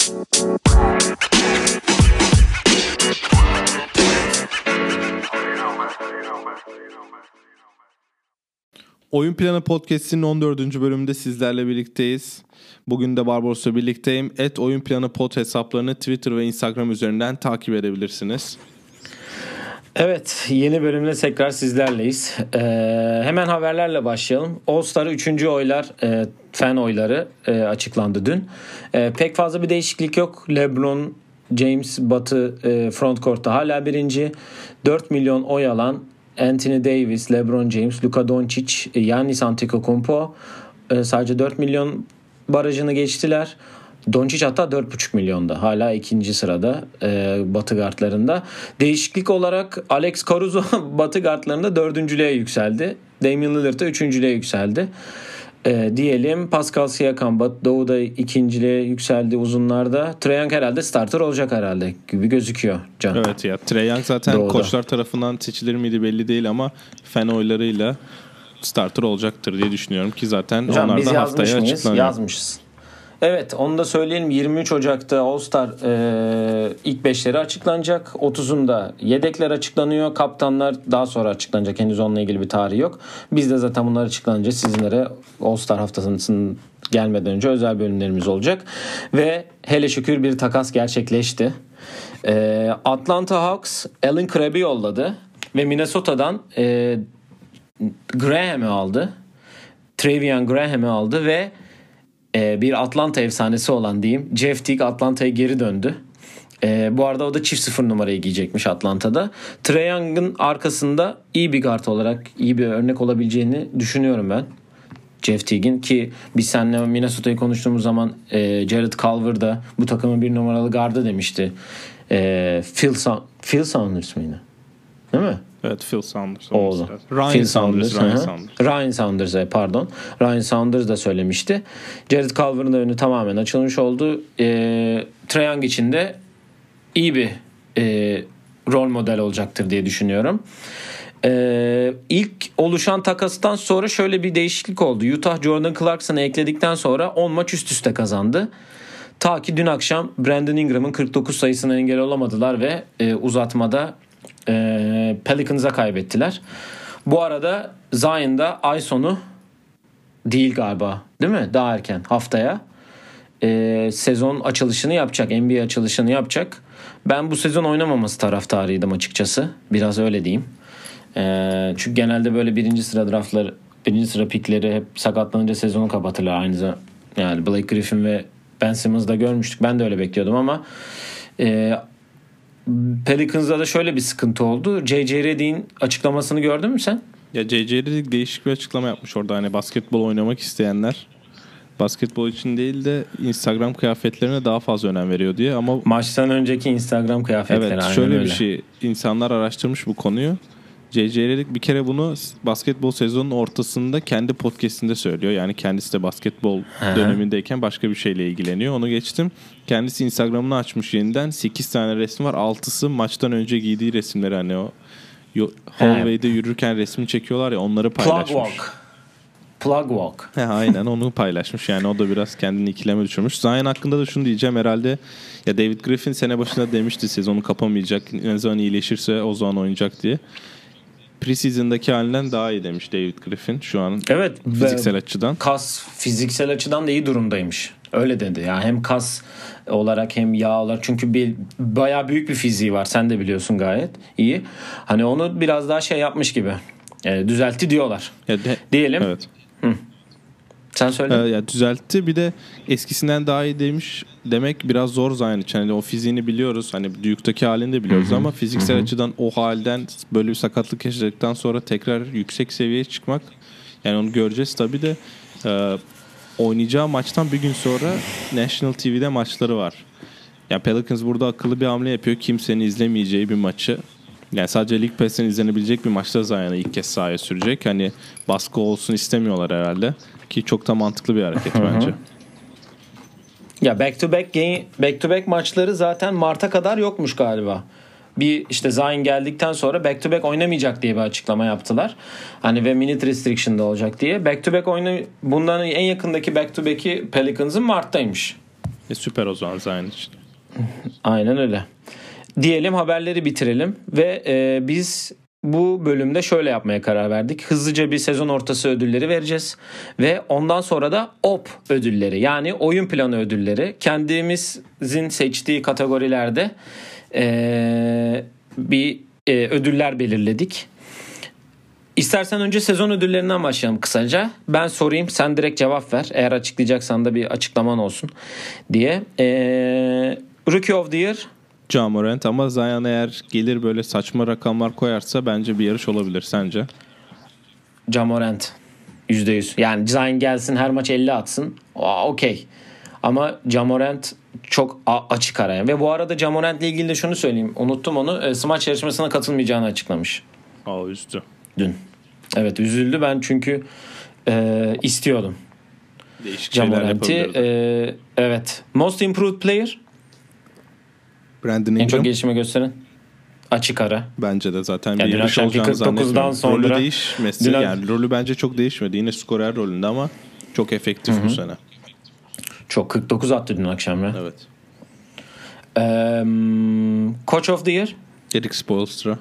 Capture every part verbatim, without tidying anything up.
Oyun Planı Podcast'inin on dördüncü bölümünde sizlerle birlikteyiz. Bugün de Barbaros'la birlikteyim. Et Oyun Planı Pod hesaplarını Twitter ve Instagram üzerinden takip edebilirsiniz. Evet, yeni bölümde tekrar sizlerleyiz. Ee, hemen haberlerle başlayalım. All-Star üçüncü oylar, e, fan oyları e, açıklandı dün. E, pek fazla bir değişiklik yok. LeBron James Batı e, frontcourt'ta hala birinci. dört milyon oy alan Anthony Davis, LeBron James, Luka Doncic, Giannis Antetokounmpo e, sadece dört milyon barajını geçtiler. Doncic hatta dört buçuk milyonda. Hala ikinci sırada e, Batı guardlarında. Değişiklik olarak Alex Caruso Batı guardlarında dördüncülüğe yükseldi. Damian Lillard da üçüncülüğe yükseldi. E, diyelim Pascal Siakam Doğu'da ikinciliğe yükseldi uzunlarda. Trae Young herhalde starter olacak herhalde gibi gözüküyor Can. Evet ya, Trae Young zaten Doğu'da. Koçlar tarafından seçilir miydi belli değil ama fan oylarıyla starter olacaktır diye düşünüyorum ki zaten Hocam, onlar da haftaya mıyız? açıklanıyor. Yazmışız. Evet, onu da söyleyelim. yirmi üç Ocak'ta All-Star e, ilk beşleri açıklanacak. otuzunda yedekler açıklanıyor. Kaptanlar daha sonra açıklanacak. Henüz onunla ilgili bir tarih yok. Biz de zaten bunları açıklanınca sizlere All-Star haftasının gelmeden önce özel bölümlerimiz olacak. Ve hele şükür bir takas gerçekleşti. E, Atlanta Hawks Allen Crabbe'i yolladı. Ve Minnesota'dan e, Graham'ı aldı. Trevion Graham'ı aldı ve bir Atlanta efsanesi olan diyeyim Jeff Teague Atlanta'ya geri döndü. Ee, bu arada o da çift sıfır numarayı giyecekmiş Atlanta'da. Trae Young'ın arkasında iyi bir guard olarak iyi bir örnek olabileceğini düşünüyorum ben. Jeff Teague'in ki biz seninle Minnesota'yı konuştuğumuz zaman e, Jared Culver da bu takımın bir numaralı gardı demişti. E, Phil, Sa- Phil Saunders mıydı? Değil mi? Evet, Phil Saunders. Oldu. Ryan Phil Saunders. Saunders. Ryan Saunders. Ryan Saunders pardon. Ryan Saunders da söylemişti. Jared Culver'ın da önü tamamen açılmış oldu. E, Trae Young için de iyi bir e, rol model olacaktır diye düşünüyorum. E, ilk oluşan takastan sonra şöyle bir değişiklik oldu. Utah Jordan Clarkson'ı ekledikten sonra on maç üst üste kazandı. Ta ki dün akşam Brandon Ingram'ın kırk dokuz sayısına engel olamadılar ve e, uzatmada e, Pelicans'a kaybettiler. Bu arada Zion'da ay sonu değil galiba, değil mi? Daha erken haftaya e, sezon açılışını yapacak, N B A açılışını yapacak. Ben bu sezon oynamaması taraftarıydım açıkçası. Biraz öyle diyeyim. E, çünkü genelde böyle birinci sıra draftları, birinci sıra pikleri hep sakatlanınca sezonu kapatırlar. Aynı zamanda yani Blake Griffin ve Ben Simmons'da görmüştük. Ben de öyle bekliyordum ama e, Pelicans'da da şöyle bir sıkıntı oldu. J J Redick'in açıklamasını gördün mü sen? Ya J J Redick değişik bir açıklama yapmış orada. Hani basketbol oynamak isteyenler basketbol için değil de Instagram kıyafetlerine daha fazla önem veriyor diye ama maçtan önceki Instagram kıyafetleri. Evet, şöyle öyle bir şey. İnsanlar araştırmış bu konuyu. J J Redick bir kere bunu basketbol sezonunun ortasında kendi podcast'inde söylüyor. Yani kendisi de basketbol Hı-hı. dönemindeyken başka bir şeyle ilgileniyor. Onu geçtim. Kendisi Instagram'ını açmış yeniden. sekiz tane resim var. altısı maçtan önce giydiği resimleri, hani o hallway'de yürürken resmi çekiyorlar ya, onları paylaşmış. Plug walk. Plug walk. He, aynen onu paylaşmış. Yani o da biraz kendini ikileme düşürmüş. Zion hakkında da şunu diyeceğim herhalde. Ya David Griffin sene başında demişti sezonu kapamayacak. Ne zaman iyileşirse o zaman oynayacak diye. Preseason'daki halinden daha iyi demiş David Griffin şu an. Evet, fiziksel açıdan. Kas fiziksel açıdan da iyi durumdaymış. Öyle dedi. Yani hem kas olarak hem yağ olarak, çünkü bir bayağı büyük bir fiziği var. Sen de biliyorsun gayet iyi. Hani onu biraz daha şey yapmış gibi. E, düzeltti diyorlar. Ya de, Diyelim. Evet. Hı. Sen söyle. Ee, ya düzeltti, bir de eskisinden daha iyi demiş demek biraz zor Zion için. Hani o fiziğini biliyoruz. Hani Duke'daki halini de biliyoruz, Hı-hı. ama fiziksel Hı-hı. açıdan o halden böyle bir sakatlık yaşadıktan sonra tekrar yüksek seviyeye çıkmak, yani onu göreceğiz tabii de e, oynayacağı maçtan bir gün sonra National T V'de maçları var. Yani Pelicans burada akıllı bir hamle yapıyor. Kimsenin izlemeyeceği bir maçı, yani sadece League Pass'ten izlenebilecek bir maçta Zion'ı ilk kez sahaya sürecek. Hani baskı olsun istemiyorlar herhalde. Ki çok da mantıklı bir hareket Hı-hı. bence. Ya back to back game, back to back maçları zaten Mart'a kadar yokmuş galiba. Bir işte Zion geldikten sonra back to back oynamayacak diye bir açıklama yaptılar. Hani ve minute restriction'da olacak diye. Back to back oyunu, bunların en yakındaki back to back'i Pelicans'ın Mart'taymış. E, süper o zaman Zion için. Aynen öyle. Diyelim haberleri bitirelim ve e, biz bu bölümde şöyle yapmaya karar verdik. Hızlıca bir sezon ortası ödülleri vereceğiz ve ondan sonra da O P ödülleri, yani oyun planı ödülleri, kendimizin seçtiği kategorilerde e, bir e, ödüller belirledik. İstersen önce sezon ödüllerinden başlayalım kısaca. Ben sorayım, sen direkt cevap ver. Eğer açıklayacaksan da bir açıklaman olsun diye. E, Rookie of the Year. Ja Morant, ama Zion eğer gelir böyle saçma rakamlar koyarsa bence bir yarış olabilir. Sence? Ja Morant yüzde yüz. Yani Zion gelsin, her maç elli atsın. Okey. Ama Ja Morant çok a- açık arayan. Ve bu arada Ja Morant'le ilgili de şunu söyleyeyim. Unuttum onu. E, Smaç yarışmasına katılmayacağını açıklamış. Aa, üzdü. Dün. Evet, üzüldü. Ben çünkü e, istiyordum. Değişik Ja şeyler Morant'i. yapabilirdi. E, evet. Most Improved Player. Brandon En çok Ingram. gelişme gösteren. Açık ara. Bence de zaten Ya bir dün yarış akşamki olacağını kırk dokuzdan zannetmiyorum. sonra- Rolü değişmesi, Dün- yani rolü bence çok değişmedi. Yine skorer rolünde ama çok efektif bu sene. Çok kırk dokuz attı dün akşam ya. Evet. E, Coach of the Year. Eric Spoelstra.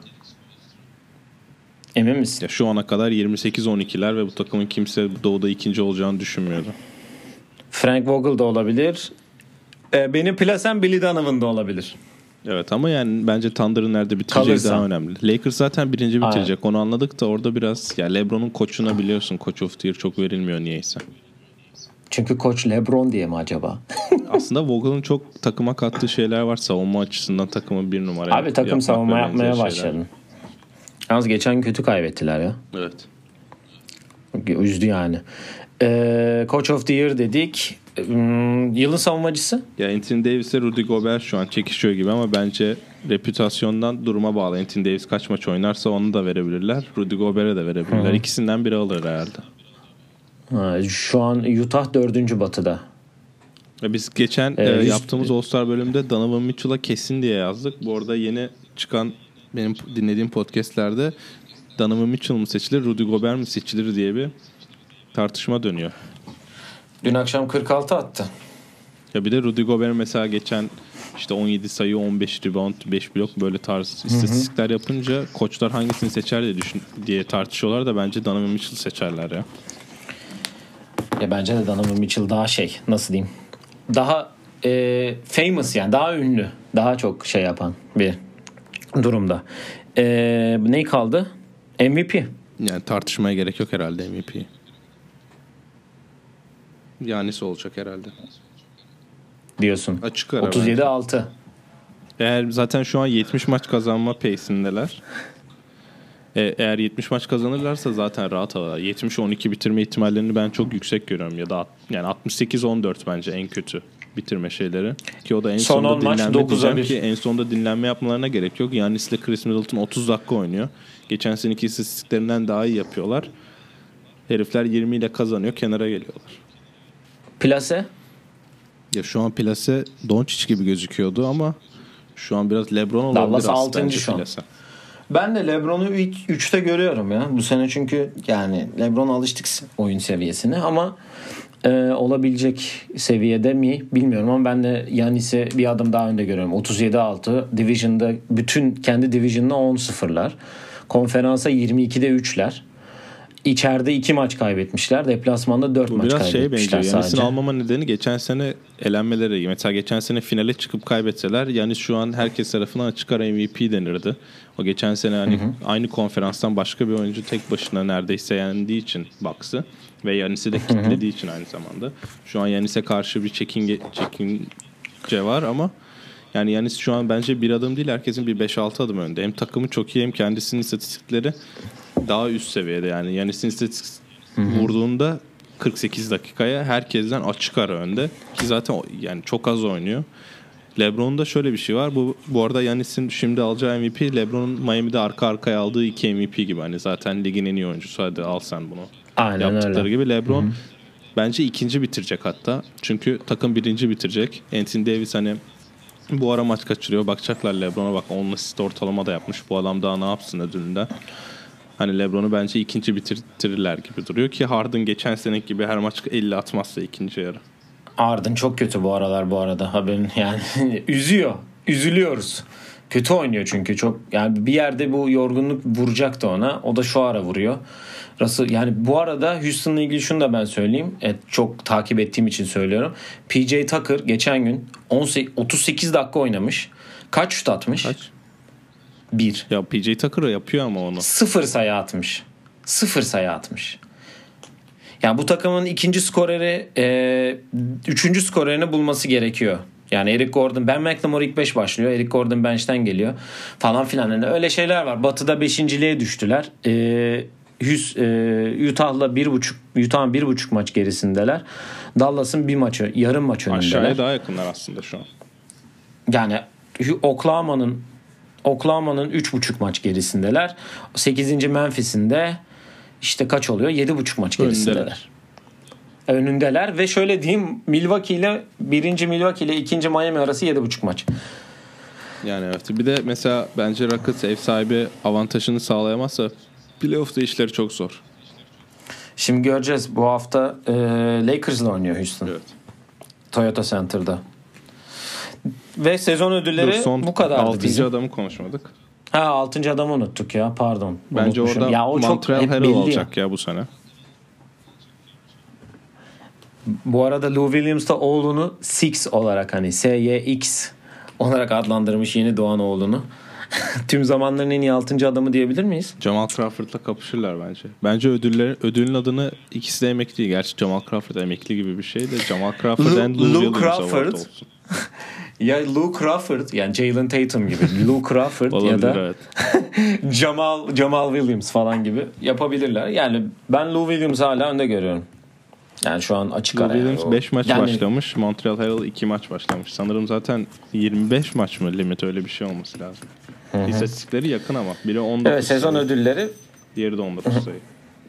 Emin misin? Ya şu ana kadar yirmi sekiz on ikiler ve bu takımın kimse Doğu'da ikinci olacağını düşünmüyordu. Frank Vogel da olabilir. E, benim plasem Billy Donovan da olabilir. Evet, ama yani bence Thunder'ın nerede bitireceği Kalırsa. daha önemli. Lakers zaten birinci bitirecek. Onu anladık da orada biraz ya LeBron'un koçuna biliyorsun, Coach of the Year çok verilmiyor niyeyse. Çünkü koç LeBron diye mi acaba? Aslında Vogel'ın çok takıma kattığı şeyler var. Savunma açısından takımı bir numara Abi takım yapmak savunma ve yapmaya benzeri başladın. Yalnız geçen kötü kaybettiler ya. şeyler. Evet. Üzdü yani. Ee, Coach of the Year dedik. Hmm, yılın savunmacısı? Ya Anthony Davis'e Rudy Gobert şu an çekişiyor gibi ama bence reputasyondan duruma bağlı. Anthony Davis kaç maç oynarsa onu da verebilirler. Rudy Gobert'e de verebilirler. Hı. İkisinden biri alır herhalde. Ha, şu an Utah dördüncü batıda. Ya biz geçen Ee, e, yüz- yaptığımız All-Star bölümde Donovan Mitchell'a kesin diye yazdık. Bu arada yeni çıkan benim dinlediğim podcastlerde Donovan Mitchell mı seçilir, Rudy Gobert mi seçilir diye bir tartışma dönüyor. Dün akşam kırk altı attı. Ya bir de Rudy Gobert mesela geçen işte on yedi sayı, on beş rebound, beş blok böyle tarz istatistikler yapınca koçlar hangisini seçer diye düşün diye tartışıyorlar da bence Donovan Mitchell seçerler ya. Ya bence de Donovan Mitchell daha şey, nasıl diyeyim? Daha e, famous, yani daha ünlü. Daha çok şey yapan bir durumda. E, ne kaldı? M V P. Yani tartışmaya gerek yok herhalde M V P. Yanis olacak herhalde. Diyorsun. Açık ara otuz yedi bence. altı. Eğer zaten şu an yetmiş maç kazanma pace'indeler. E, eğer yetmiş maç kazanırlarsa zaten rahat alırlar. yetmiş on iki bitirme ihtimallerini ben çok yüksek görüyorum. Ya da at- yani altmış sekiz on dört bence en kötü bitirme şeyleri. Ki o da en Son on sonunda maç dinlenme dokuza diyeceğim bir. ki en sonunda dinlenme yapmalarına gerek yok. Yanis'le Chris Middleton otuz dakika oynuyor. Geçen seneki istatistiklerinden daha iyi yapıyorlar. Herifler yirmi ile kazanıyor, kenara geliyorlar. Plase. Ya şu an plase Doncic gibi gözüküyordu ama şu an biraz LeBron olabilir Dallas aslında altıncı bence şu an. plase. Ben de LeBron'u ilk üçte görüyorum ya. Bu sene çünkü yani LeBron'a alıştık oyun seviyesine ama e, olabilecek seviyede mi bilmiyorum ama ben de Yanis'i bir adım daha önde görüyorum. otuz yedi altı Division'da bütün kendi Division'da on sıfırlar. Konferansa yirmi ikide üçler. İçeride iki maç kaybetmişler. Deplasmanda dört Bu maç biraz şeye kaybetmişler benziyor. Yanis'in sadece. almama nedeni geçen sene elenmeleri. Mesela geçen sene finale çıkıp kaybetseler Yanis şu an herkes tarafından açık ara M V P denirdi. O geçen sene hani hı hı. aynı konferanstan başka bir oyuncu tek başına neredeyse yendiği için Bucks'ı ve Yanis'i de kitlediği için aynı zamanda. Şu an Yanis'e karşı bir çekinge, çekince var ama yani Yanis şu an bence bir adım değil, herkesin bir beş altı adım önde. Hem takımı çok iyi hem kendisinin istatistikleri daha üst seviyede. Yani Yanis'in istatistik vurduğunda kırk sekiz dakikaya herkesten açık ara önde. Ki zaten yani çok az oynuyor. LeBron'da şöyle bir şey var. Bu bu arada Yanis'in şimdi alacağı M V P LeBron'un Miami'de arka arkaya aldığı iki M V P gibi. Hani zaten ligin en iyi oyuncusu. Hadi al sen bunu. Aynen yaptıkları öyle. gibi LeBron Hı-hı. bence ikinci bitirecek hatta. Çünkü takım birinci bitirecek. Anthony Davis hani bu ara maç kaçırıyor. Bakacaklar LeBron'a, bak on asist ortalama da yapmış. Bu adam daha ne yapsın ödülünde. Hani LeBron'u bence ikinci bitirtirirler gibi duruyor ki Harden geçen seneki gibi her maç elli atmazsa ikinci yarı. Harden çok kötü bu aralar bu arada. Haberin yani üzüyor. Üzülüyoruz. Kötü oynuyor çünkü çok yani bir yerde bu yorgunluk vuracaktı ona. O da şu ara vuruyor. Russell, yani bu arada Houston'la ilgili şunu da ben söyleyeyim. Evet, çok takip ettiğim için söylüyorum. P J Tucker geçen gün on sekiz, otuz sekiz dakika oynamış. Kaç şut atmış? Kaç? Bir. Ya P J Tucker yapıyor ama onu. Sıfır sayı atmış. Sıfır sayı atmış. Yani bu takımın ikinci skoreri e, üçüncü skorerini bulması gerekiyor. Yani Eric Gordon, Ben McLemore ilk beş başlıyor. Eric Gordon bench'ten geliyor. Falan filan. Yani öyle şeyler var. Batı'da beşinciliğe düştüler. Ee, yüz, e, Utah'la bir buçuk Utah'ın bir buçuk maç gerisindeler. Dallas'ın bir maçı, yarım maç önündeler. Aşağıya daha yakınlar aslında şu an. Yani Oklahoma'nın Oklahoma'nın üç buçuk maç gerisindeler. sekizinci Memphis'in de işte kaç oluyor? yedi buçuk maç gerisindeler. Önündeler. Önündeler ve şöyle diyeyim, Milwaukee ile birinci Milwaukee ile ikinci Miami arası yedi buçuk maç. Yani evet. Bir de mesela bence Rockets ev sahibi avantajını sağlayamazsa playoff'ta işleri çok zor. Şimdi göreceğiz. Bu hafta e, Lakers'la oynuyor Houston. Evet. Toyota Center'da. Ve sezon ödülleri Dur, son bu kadardı altıncı bizim. adamı konuşmadık. Ha altıncı adamı unuttuk ya. Pardon. Bence Unutmuşum. orada ya, o Montreal Harrell olacak ya. ya bu sene. Bu arada Lou Williams da oğlunu Six olarak, hani S Y X olarak adlandırmış yeni doğan oğlunu. Tüm zamanların en iyi altıncı adamı diyebilir miyiz? Jamal Crawford'la kapışırlar bence. Bence ödüller, ödülün adını ikisi de emekli. Gerçi Jamal Crawford emekli gibi bir şey de Jamal Crawford and Lou, Lou Williams Crawford olsun. Ya Lou Crawford, yani Jalen Tatum gibi Lou Crawford ya da evet. Jamal Jamal Williams falan gibi yapabilirler. Yani ben Lou Williams'ı hala önde görüyorum. Yani şu an açık ara. Williams beş maç yani... başlamış. Montreal Harrell iki maç başlamış. Sanırım zaten yirmi beş maç mı limit, öyle bir şey olması lazım. Hı-hı. İstatistikleri yakın ama. Biri on dokuz evet, sezon sayı. Ödülleri. Diğeri de on dokuz sayı.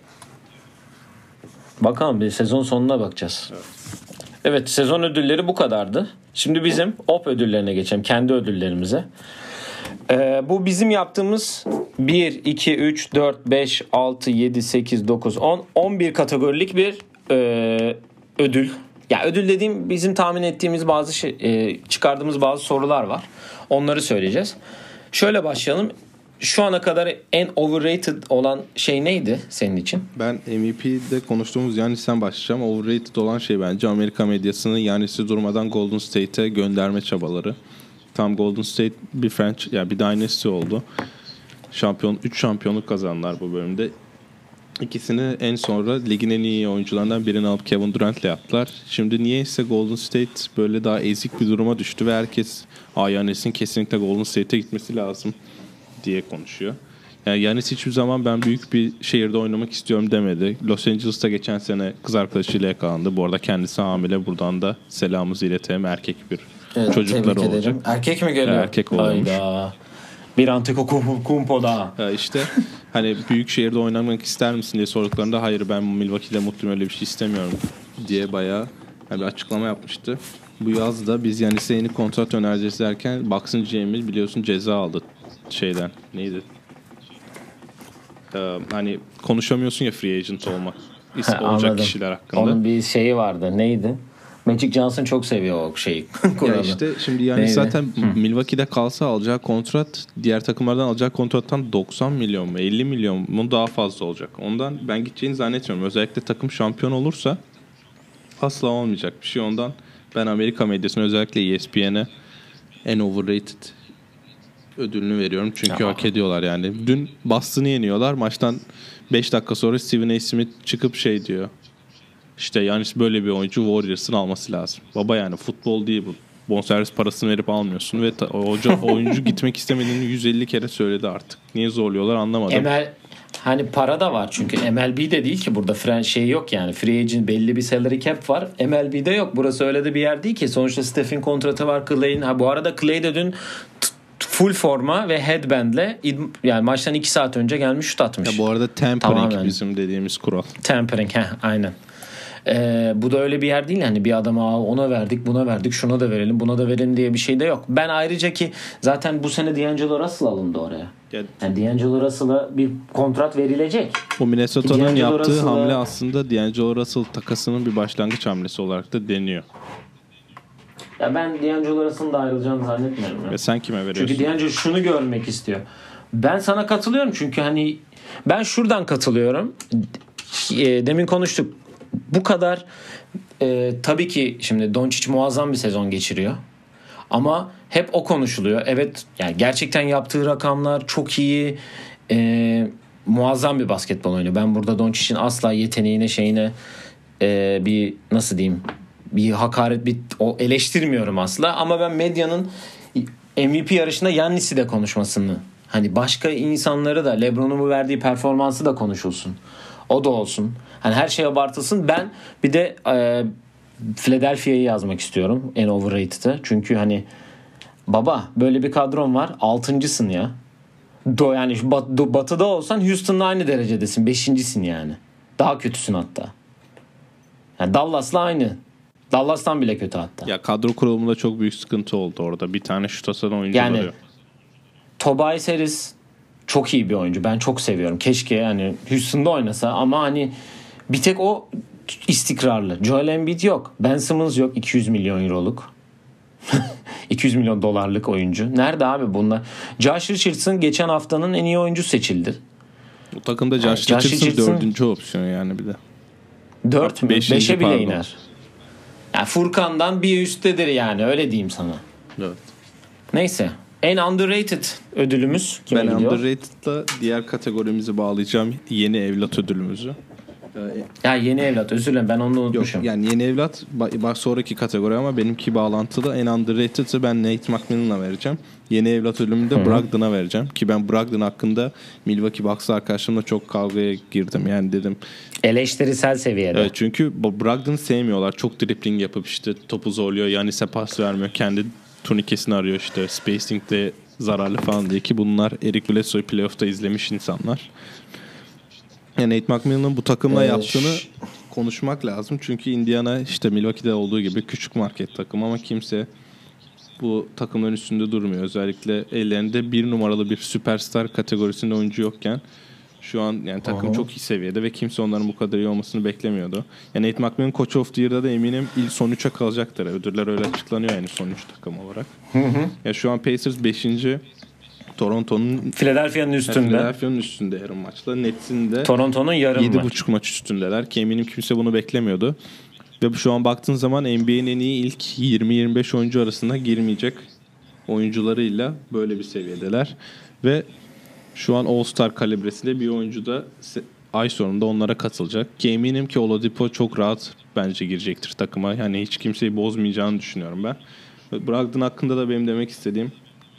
Bakalım, bir sezon sonuna bakacağız. Evet. Evet, sezon ödülleri bu kadardı. Şimdi bizim O P ödüllerine geçelim. Kendi ödüllerimize. Ee, bu bizim yaptığımız bir, iki, üç, dört, beş, altı, yedi, sekiz, dokuz, on, on bir kategorilik bir e, ödül. Ya ödül dediğim, bizim tahmin ettiğimiz bazı şey, e, çıkardığımız bazı sorular var. Onları söyleyeceğiz. Şöyle başlayalım. Şu ana kadar en overrated olan şey neydi senin için? Ben M V P'de konuştuğumuz Giannis'ten başlayacağım. Overrated olan şey bence Amerika medyasının Giannis'i durmadan Golden State'e gönderme çabaları. Tam Golden State bir franchise, yani bir dynasty oldu. Şampiyon, üç şampiyonluk kazandılar bu bölümde. İkisini en sonra ligin en iyi oyuncularından birini alıp Kevin Durant'le yaptılar. Şimdi niyeyse Golden State böyle daha ezik bir duruma düştü ve herkes Giannis'in kesinlikle Golden State'e gitmesi lazım diye konuşuyor. Yani Giannis hiçbir zaman ben büyük bir şehirde oynamak istiyorum demedi. Los Angeles'ta geçen sene kız arkadaşıyla yakalandı. Bu arada kendisi hamile. Buradan da selamımızı iletelim. Erkek bir evet, çocukları olacak. Ederim. Erkek mi geliyor? Erkek oluyormuş. Hayda. Bir Antetokounmpo daha. Ya işte hani büyük şehirde oynamak ister misin diye sorduklarında hayır ben Milwaukee'de mutluyum, öyle bir şey istemiyorum diye bayağı yani bir açıklama yapmıştı. Bu yaz da biz yani yeni kontrat önereceğiz derken Bucks'ın G M'i biliyorsun ceza aldı şeyden. Neydi? Ee, hani konuşamıyorsun ya free agent olmak. Ha, olacak anladım. Kişiler hakkında. Onun bir şeyi vardı. Neydi? Magic Johnson çok seviyor o şeyi. Ya işte şimdi yani neydi? Zaten Hı. Milwaukee'de kalsa alacağı kontrat diğer takımlardan alacağı kontrattan doksan milyon mu elli milyon mu daha fazla olacak. Ondan ben gideceğini zannetmiyorum. Özellikle takım şampiyon olursa asla olmayacak bir şey. Ondan ben Amerika medyasına, özellikle E S P N'e en overrated ödülünü veriyorum. Çünkü ya. hak ediyorlar yani. Dün Boston'ı yeniyorlar. Maçtan beş dakika sonra Stephen A. Smith çıkıp şey diyor. İşte yani böyle bir oyuncu Warriors'ın alması lazım. Baba yani futbol değil bu. Bonservis parasını verip almıyorsun ve ta, hoca, oyuncu gitmek istemediğini yüz elli kere söyledi artık. Niye zorluyorlar anlamadım. M L hani para da var çünkü M L B'de değil ki burada free şey yok yani. Free agent belli bir salary cap var. M L B'de yok. Burası öyle de bir yer değil ki. Sonuçta Steph'in kontratı var, Clay'in. Ha bu arada Clay de dün full forma ve headband'le yani maçtan iki saat önce gelmiş şut atmış. Ya bu arada tampering Tamamen. Bizim dediğimiz kural. Tampering heh, aynen. Ee, bu da öyle bir yer değil. Yani bir adama ona verdik, buna verdik, şuna da verelim, buna da verelim diye bir şey de yok. Ben ayrıca ki zaten bu sene D'Angelo Russell alındı oraya. Yani D'Angelo Russell'a bir kontrat verilecek. O Minnesota'nın D'Angelo yaptığı Russell'a... hamle aslında D'Angelo Russell takasının bir başlangıç hamlesi olarak da deniyor. Ya ben D'Angelo Russell'ın da ayrılacağını zannetmiyorum. Ya. Ve sen kime veriyorsun? Çünkü D'Angelo şunu görmek istiyor. Ben sana katılıyorum çünkü hani ben şuradan katılıyorum. Demin konuştuk. Bu kadar e, tabii ki şimdi Doncic muazzam bir sezon geçiriyor. Ama hep o konuşuluyor. Evet yani gerçekten yaptığı rakamlar çok iyi. E, muazzam bir basketbol oynuyor. Ben burada Doncic'in asla yeteneğine şeyine e, bir nasıl diyeyim bir hakaret bir o eleştirmiyorum asla. Ama ben medyanın M V P yarışında Yannis'i de konuşmasını hani başka insanları da LeBron'un bu verdiği performansı da konuşulsun. O da olsun. Hani her şey abartılsın. Ben bir de e, Philadelphia'yı yazmak istiyorum en overrated'ı. Çünkü hani baba böyle bir kadron var. Altıncısın ya. Do yani bat, do, batıda olsan Houston'la aynı derecedesin. Beşincisin yani. Daha kötüsün hatta. Yani Dallas'la aynı. Dallas'tan bile kötü hatta. Ya kadro kurulumunda çok büyük sıkıntı oldu orada. Bir tane şut atan oyuncu yani, arıyor. Tobias Harris çok iyi bir oyuncu. Ben çok seviyorum. Keşke yani Houston'da oynasa ama hani bir tek o istikrarlı. Joel Embiid yok. Ben Simmons yok. iki yüz milyon euroluk. iki yüz milyon dolarlık oyuncu. Nerede abi bunlar? Josh Richardson geçen haftanın en iyi oyuncusu seçildi. O takımda Josh, yani Richardson, Josh Richardson dördüncü opsiyon yani bir de. dört mü? Beşinci, beşe bile pardon. iner. Yani Furkan'dan bir üsttedir yani. Öyle diyeyim sana. Evet. Neyse. En underrated ödülümüz kime ben gidiyor? Ben underrated'la diğer kategorimizi bağlayacağım. Yeni evlat ödülümüzü. Ya yeni evlat özür dilerim ben onu unutmuşum. Yok, yani yeni evlat bak sonraki kategori ama benimki bağlantılı. En underrated'ı ben Nate McMillan'a vereceğim. Yeni evlat ödülümü de Brogdon'a vereceğim. Ki ben Brogdon hakkında Milwaukee Bucks'la arkadaşlarımla çok kavgaya girdim. Yani dedim. Eleştirisel seviyede. Evet, çünkü Brogdon'u sevmiyorlar. Çok dribbling yapıp işte topu zorluyor. Yannis'e pas vermiyor. Kendi turnikesini arıyor işte. Spacing'de zararlı falan diye ki bunlar Eric Bledsoe'yu playoff'ta izlemiş insanlar. Yani Nate McMillan'ın bu takımla ee, yaptığını ş- konuşmak lazım. Çünkü Indiana işte Milwaukee'de olduğu gibi küçük market takım ama kimse bu takımların üstünde durmuyor. Özellikle ellerinde bir numaralı bir süperstar kategorisinde oyuncu yokken şu an yani takım Aha. çok iyi seviyede ve kimse onların bu kadar iyi olmasını beklemiyordu. Yani Nate McMillan Coach of the Year'da da eminim ilk son üçe kalacaktır. Ödüller öyle açıklanıyor yani son üç takım olarak. Hı hı. Ya şu an Pacers beşinci Toronto'nun Philadelphia'nın üstünde. Philadelphia'nın üstünde yarım maçla. Nets'in de Toronto'nun yarım yedi maç. buçuk maç üstündeler ki eminim kimse bunu beklemiyordu. Ve şu an baktığın zaman N B A'nin en iyi ilk yirmi yirmi beş oyuncu arasında girmeyecek oyuncularıyla böyle bir seviyedeler. Ve şu an All-Star kalibresinde bir oyuncu da ay sonunda onlara katılacak. Ki eminim ki Oladipo çok rahat bence girecektir takıma. Yani hiç kimseyi bozmayacağını düşünüyorum ben. Brogdon hakkında da benim demek istediğim,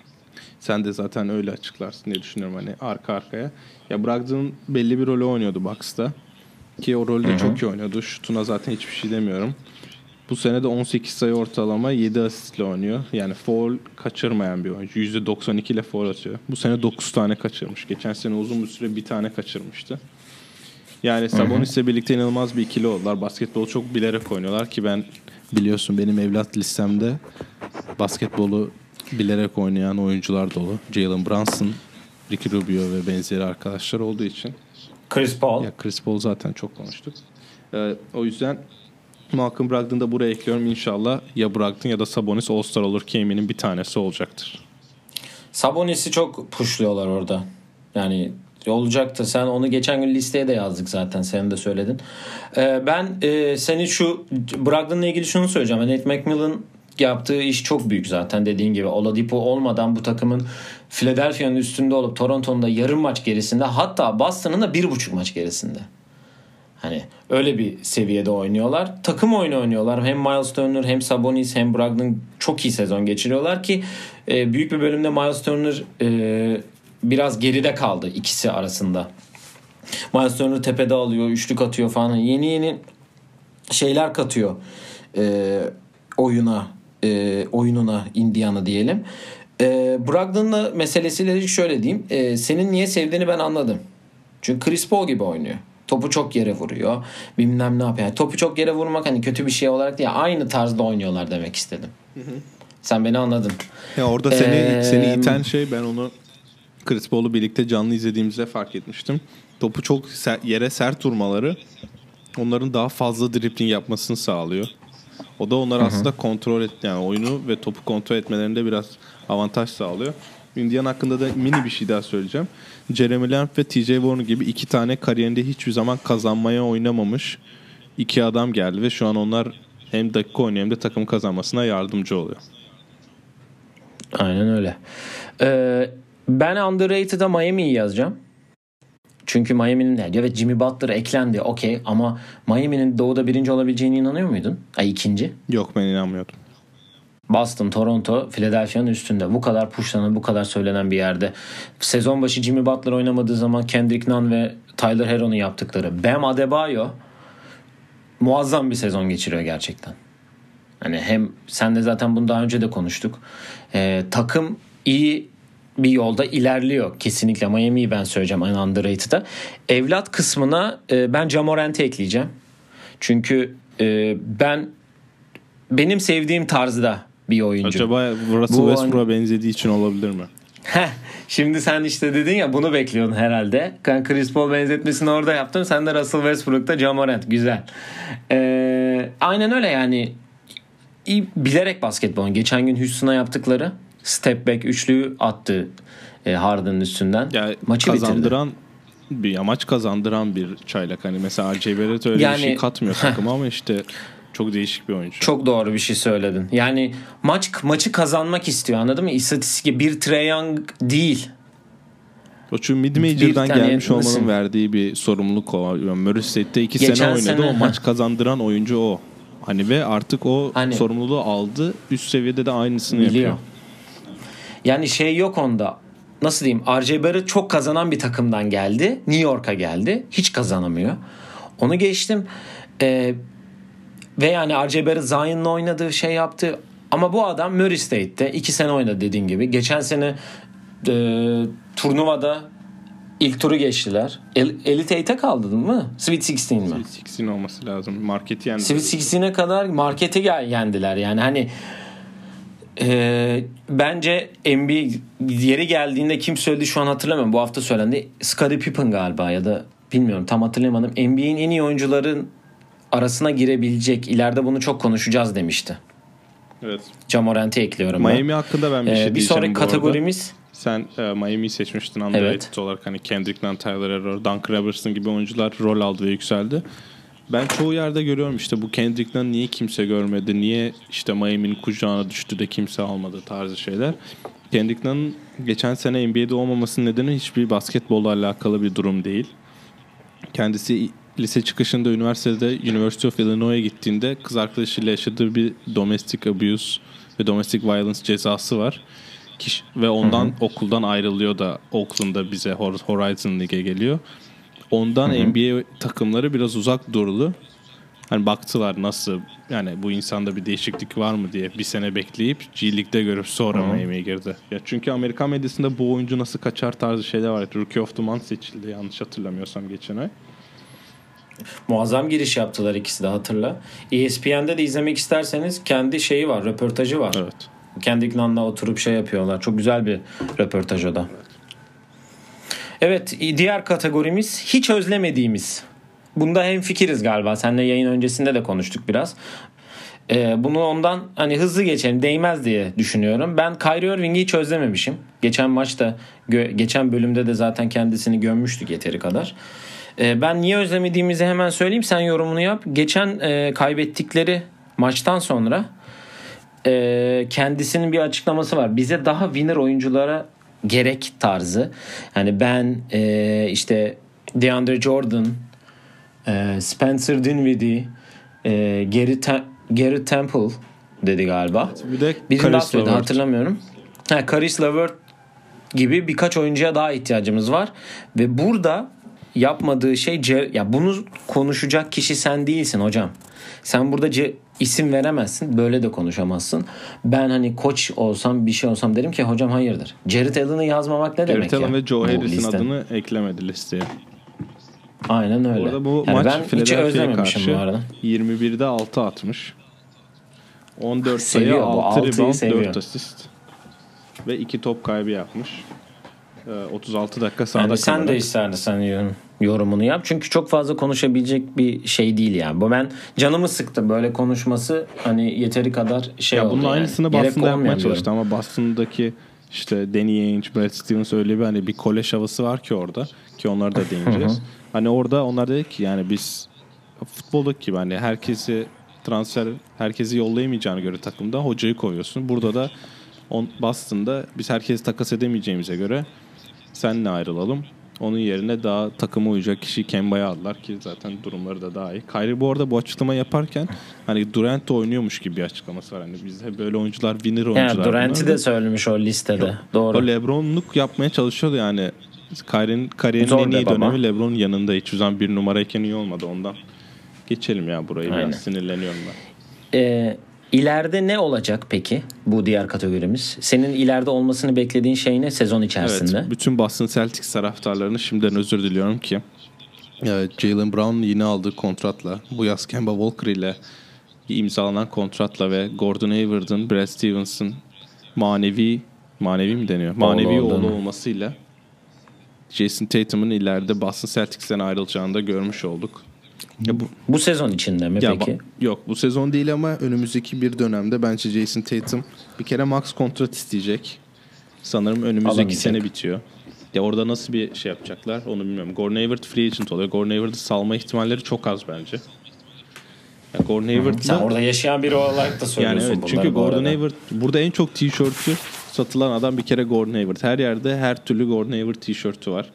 sen de zaten öyle açıklarsın diye düşünüyorum hani arka arkaya. Ya Brogdon belli bir rolü oynuyordu Bucks'ta. Ki o rolde Hı-hı. çok iyi oynuyordu. Şutuna zaten hiçbir şey demiyorum. Bu sene de on sekiz sayı ortalama yedi asistle oynuyor. Yani foul kaçırmayan bir oyuncu. yüzde doksan iki ile foul atıyor. Bu sene dokuz tane kaçırmış. Geçen sene uzun bir süre bir tane kaçırmıştı. Yani Sabonis'le birlikte inanılmaz bir ikili oldular. Basketbolu çok bilerek oynuyorlar ki ben biliyorsun benim evlat listemde basketbolu bilerek oynayan oyuncular dolu. Jalen Brunson, Ricky Rubio ve benzeri arkadaşlar olduğu için. Chris Paul. Ya Chris Paul zaten çok konuştuk. Ee, o yüzden Malcolm Brogdon'u da buraya ekliyorum. İnşallah ya Brogdon ya da Sabonis All-Star olur ki eminim bir tanesi olacaktır. Sabonis'i çok pushluyorlar orada. Yani olacaktır. Sen onu geçen gün listeye de yazdık zaten. Sen de söyledin. Ee, ben e, seni şu Brogdon'la ilgili şunu söyleyeceğim. Nate McMillan yaptığı iş çok büyük zaten dediğin gibi. Oladipo olmadan bu takımın Philadelphia'nın üstünde olup Toronto'nun da yarım maç gerisinde, hatta Boston'ın da bir buçuk maç gerisinde. Hani öyle bir seviyede oynuyorlar. Takım oyunu oynuyorlar. Hem Miles Turner hem Sabonis hem Brogdon çok iyi sezon geçiriyorlar ki e, büyük bir bölümde Miles Turner e, biraz geride kaldı ikisi arasında. Miles Turner tepede alıyor, üçlük atıyor falan. Yeni yeni şeyler katıyor e, oyuna, e, oyununa Indiana diyelim. E, Brogdon'la meselesiyle şöyle diyeyim. E, senin niye sevdiğini ben anladım. Çünkü Chris Paul gibi oynuyor. Topu çok yere vuruyor. Bilmem ne yapıyor. Yani topu çok yere vurmak hani kötü bir şey olarak değil. Aynı tarzda oynuyorlar demek istedim. Hı hı. Sen beni anladın. Ya orada seni ee, seni iten şey, ben onu Chris Paul'u birlikte canlı izlediğimizde fark etmiştim. Topu çok ser, yere sert vurmaları onların daha fazla dribbling yapmasını sağlıyor. O da onları aslında kontrol et, yani oyunu ve topu kontrol etmelerinde biraz avantaj sağlıyor. Indiana hakkında da mini bir şey daha söyleyeceğim. Jeremy Lamb ve T J Warren gibi iki tane kariyerinde hiçbir zaman kazanmaya oynamamış iki adam geldi ve şu an onlar hem dakika oynuyor hem de takım kazanmasına yardımcı oluyor. Aynen öyle. Ee, ben underrated'a Miami'yi yazacağım. Çünkü Miami'nin de evet Jimmy Butler eklendi okey, ama Miami'nin doğuda birinci olabileceğine inanıyor muydun? Ay ikinci. Yok, ben inanmıyordum. Boston, Toronto, Philadelphia'nın üstünde. Bu kadar pushlanan, bu kadar söylenen bir yerde. Sezon başı Jimmy Butler oynamadığı zaman Kendrick Nunn ve Tyler Herro'nun yaptıkları. Bam Adebayo muazzam bir sezon geçiriyor gerçekten. Hani hem sen de zaten bunu daha önce de konuştuk. Ee, takım iyi bir yolda ilerliyor. Kesinlikle Miami'yi ben söyleyeceğim en underrated'a. Evlat kısmına e, ben Ja Morant'i ekleyeceğim. Çünkü e, ben benim sevdiğim tarzda bir oyuncu. Acaba Russell Westbrook'a an... benzediği için olabilir mi? Heh, şimdi sen işte dedin ya, bunu bekliyordun herhalde. Ben Chris Paul benzetmesini orada yaptım. Sen de Russell Westbrook'ta Ja Morant. Güzel. Ee, aynen öyle yani. İyi, bilerek basketbol. Geçen gün Houston'a yaptıkları step back üçlüyü attı e, Harden'ın üstünden. Yani maçı kazandıran bitirdi. Bir amaç kazandıran bir çaylak. Hani mesela R J Barrett öyle yani, bir şey katmıyor takıma ama işte çok değişik bir oyuncu. Çok doğru bir şey söyledin. Yani maç maçı kazanmak istiyor, anladın mı? İstatistik bir Trae Young değil. O çünkü mid-major'dan gelmiş olmanın misin? Verdiği bir sorumluluk o. Murray State'te iki Geçen sene oynadı. Sene, o maç kazandıran oyuncu o. Hani ve artık o hani, sorumluluğu aldı. Üst seviyede de aynısını biliyor. Yapıyor. Yani şey yok onda. Nasıl diyeyim? R J Barrett çok kazanan bir takımdan geldi. New York'a geldi. Hiç kazanamıyor. Onu geçtim. Ee, ve yani R J Barrett Zion'la oynadığı şey yaptı. Ama bu adam Murray State'te iki sene oynadı dediğin gibi. Geçen sene e, turnuvada ilk turu geçtiler. El, Elite eight'e kaldı değil mi? Sweet on altı mi? Sweet on altı olması lazım. Marketi yendi. Sweet on altıya kadar marketi yendiler. Yani hani e, bence N B A yeri geldiğinde kim söyledi şu an hatırlamıyorum. Bu hafta söylendi. Scottie Pippen galiba ya da bilmiyorum, tam hatırlayamadım. N B A'in en iyi oyuncuların arasına girebilecek, ileride bunu çok konuşacağız demişti. Evet. Ja Morant'i ekliyorum. Miami ben. hakkında ben bir şey ee, bir sonraki kategorimiz. Sen e, Miami'yi seçmiştin underrated evet. olarak, hani Kendrick Nunn, Tyler Herro, Duncan Robertson gibi oyuncular rol aldı ve yükseldi. Ben çoğu yerde görüyorum işte bu Kendrick Nunn niye kimse görmedi, niye işte Miami'nin kucağına düştü de kimse almadı tarzı şeyler. Kendrick Nunn'ın geçen sene N B A'de olmamasının nedeni hiçbir basketbolla alakalı bir durum değil. Kendisi lise çıkışında üniversitede University of Illinois'a gittiğinde kız arkadaşıyla yaşadığı bir domestic abuse ve domestic violence cezası var. Kiş- ve ondan hı hı. okuldan ayrılıyor da Oakland'da bize Horizon League'e geliyor. Ondan hı hı. N B A takımları biraz uzak durdu. Hani baktılar nasıl, yani bu insanda bir değişiklik var mı diye bir sene bekleyip G League'de görüp sonra Miami'ye girdi. Ya çünkü Amerikan medyasında bu oyuncu nasıl kaçar tarzı şeyler var. Rookie of the Month seçildi yanlış hatırlamıyorsam geçen ay. Muazzam giriş yaptılar ikisi de, hatırla. E S P N'de de izlemek isterseniz kendi şeyi var, röportajı var. Evet. Kendrick Nunn'la oturup şey yapıyorlar. Çok güzel bir röportaj o da. Evet, diğer kategorimiz hiç özlemediğimiz. Bunda hemfikiriz galiba. Seninle yayın öncesinde de konuştuk biraz. Ee, bunu ondan hani hızlı geçelim, değmez diye düşünüyorum. Ben Kyrie Irving'i hiç özlememişim. Geçen maçta, gö- geçen bölümde de zaten kendisini gömmüştük yeteri kadar. Ee, ben niye özlemediğimizi hemen söyleyeyim, sen yorumunu yap. Geçen e, kaybettikleri maçtan sonra e, kendisinin bir açıklaması var. Bize daha winner oyunculara gerek tarzı. Yani ben e, işte DeAndre Jordan, e, Spencer Dinwiddie, e, Gary, Tem- Gary Temple dedi galiba. Bir de birini daha söyledi, hatırlamıyorum. Ha, Caris LeVert gibi birkaç oyuncuya daha ihtiyacımız var. Ve burada yapmadığı şey, ya bunu konuşacak kişi sen değilsin hocam. Sen burada ce- isim veremezsin. Böyle de konuşamazsın. Ben hani koç olsam, bir şey olsam derim ki hocam hayırdır. Jared Allen'ı yazmamak ne Jared demek ya? Jared Allen ve Joe Harris'in adını eklemedi listeye. Aynen öyle. Orada bu yani maç ben hiç Philadelphia'ya özlememişim karşı bu arada. yirmi birde altı atmış. on dört sayı, Seviyor bu, altı altıyı rebound, seviyor. dört asist. Ve iki top kaybı yapmış. otuz altı dakika sahada Yani sen kalarak. de istersen yorum- yorumunu yap. Çünkü çok fazla konuşabilecek bir şey değil yani. Bu ben canımı sıktı böyle konuşması, hani yeteri kadar şey Ya oldu bunun yani. aynısını Gerek Boston'da yapmaya olmayan bir çalıştı yorum. ama Boston'daki işte Danny Ainge, Brad Stevens öyle bir hani bir kolej havası var ki orada, ki onlara da değineceğiz. Hani orada onlar dedi ki yani biz futboldaki gibi hani herkesi transfer herkesi yollayamayacağını göre takımda hocayı koyuyorsun. Burada da on, Boston'da biz herkesi takas edemeyeceğimize göre seninle ayrılalım. Onun yerine daha takıma uyacak kişiyi Kemba'ya aldılar ki zaten durumları da daha iyi. Kyrie bu arada bu açıklama yaparken hani Durant da oynuyormuş gibi bir açıklaması var. Hani bizde böyle oyuncular winner oyuncular. Yani Durant'i bunlar. de söylemiş o listede. Yok. Doğru. O LeBron'luk yapmaya çalışıyordu yani. Kyrie'nin kariyerinin Zor en iyi dep ama. dönemi LeBron'un yanında. Hiçbir zaman bir numarayken iyi olmadı ondan. Geçelim ya burayı. Aynen. Biraz sinirleniyorum ben. Ee, ileride ne olacak peki bu diğer kategorimiz? Senin ileride olmasını beklediğin şey ne sezon içerisinde? Evet, bütün Boston Celtics taraftarlarını şimdiden özür diliyorum ki evet, Jaylen Brown yine aldığı kontratla, bu yaz Kemba Walker ile imzalanan kontratla ve Gordon Hayward'ın, Brad Stevens'ın manevi manevi mi deniyor? Manevi Oğlu oğlu olduğunu. olmasıyla Jason Tatum'un ileride Boston Celtics'ten ayrılacağını da görmüş olduk. Ya bu, Bu sezon içinde mi ya peki? ba- yok bu sezon değil ama önümüzdeki bir dönemde bence Jason Tatum bir kere max kontrat isteyecek. Sanırım önümüzdeki Alamayacak. sene bitiyor. Ya orada nasıl bir şey yapacaklar onu bilmiyorum. Gordon Hayward free agent oluyor. Gordon Hayward'ı salma ihtimalleri çok az bence. Ya Gordon Hayward'la Sen orada yaşayan biri olarak da yani söylüyorsun evet, bunları çünkü bu Gordon arada. Hayward burada en çok tişörtü satılan adam bir kere Gordon Hayward. Her yerde her türlü Gordon Hayward tişörtü var.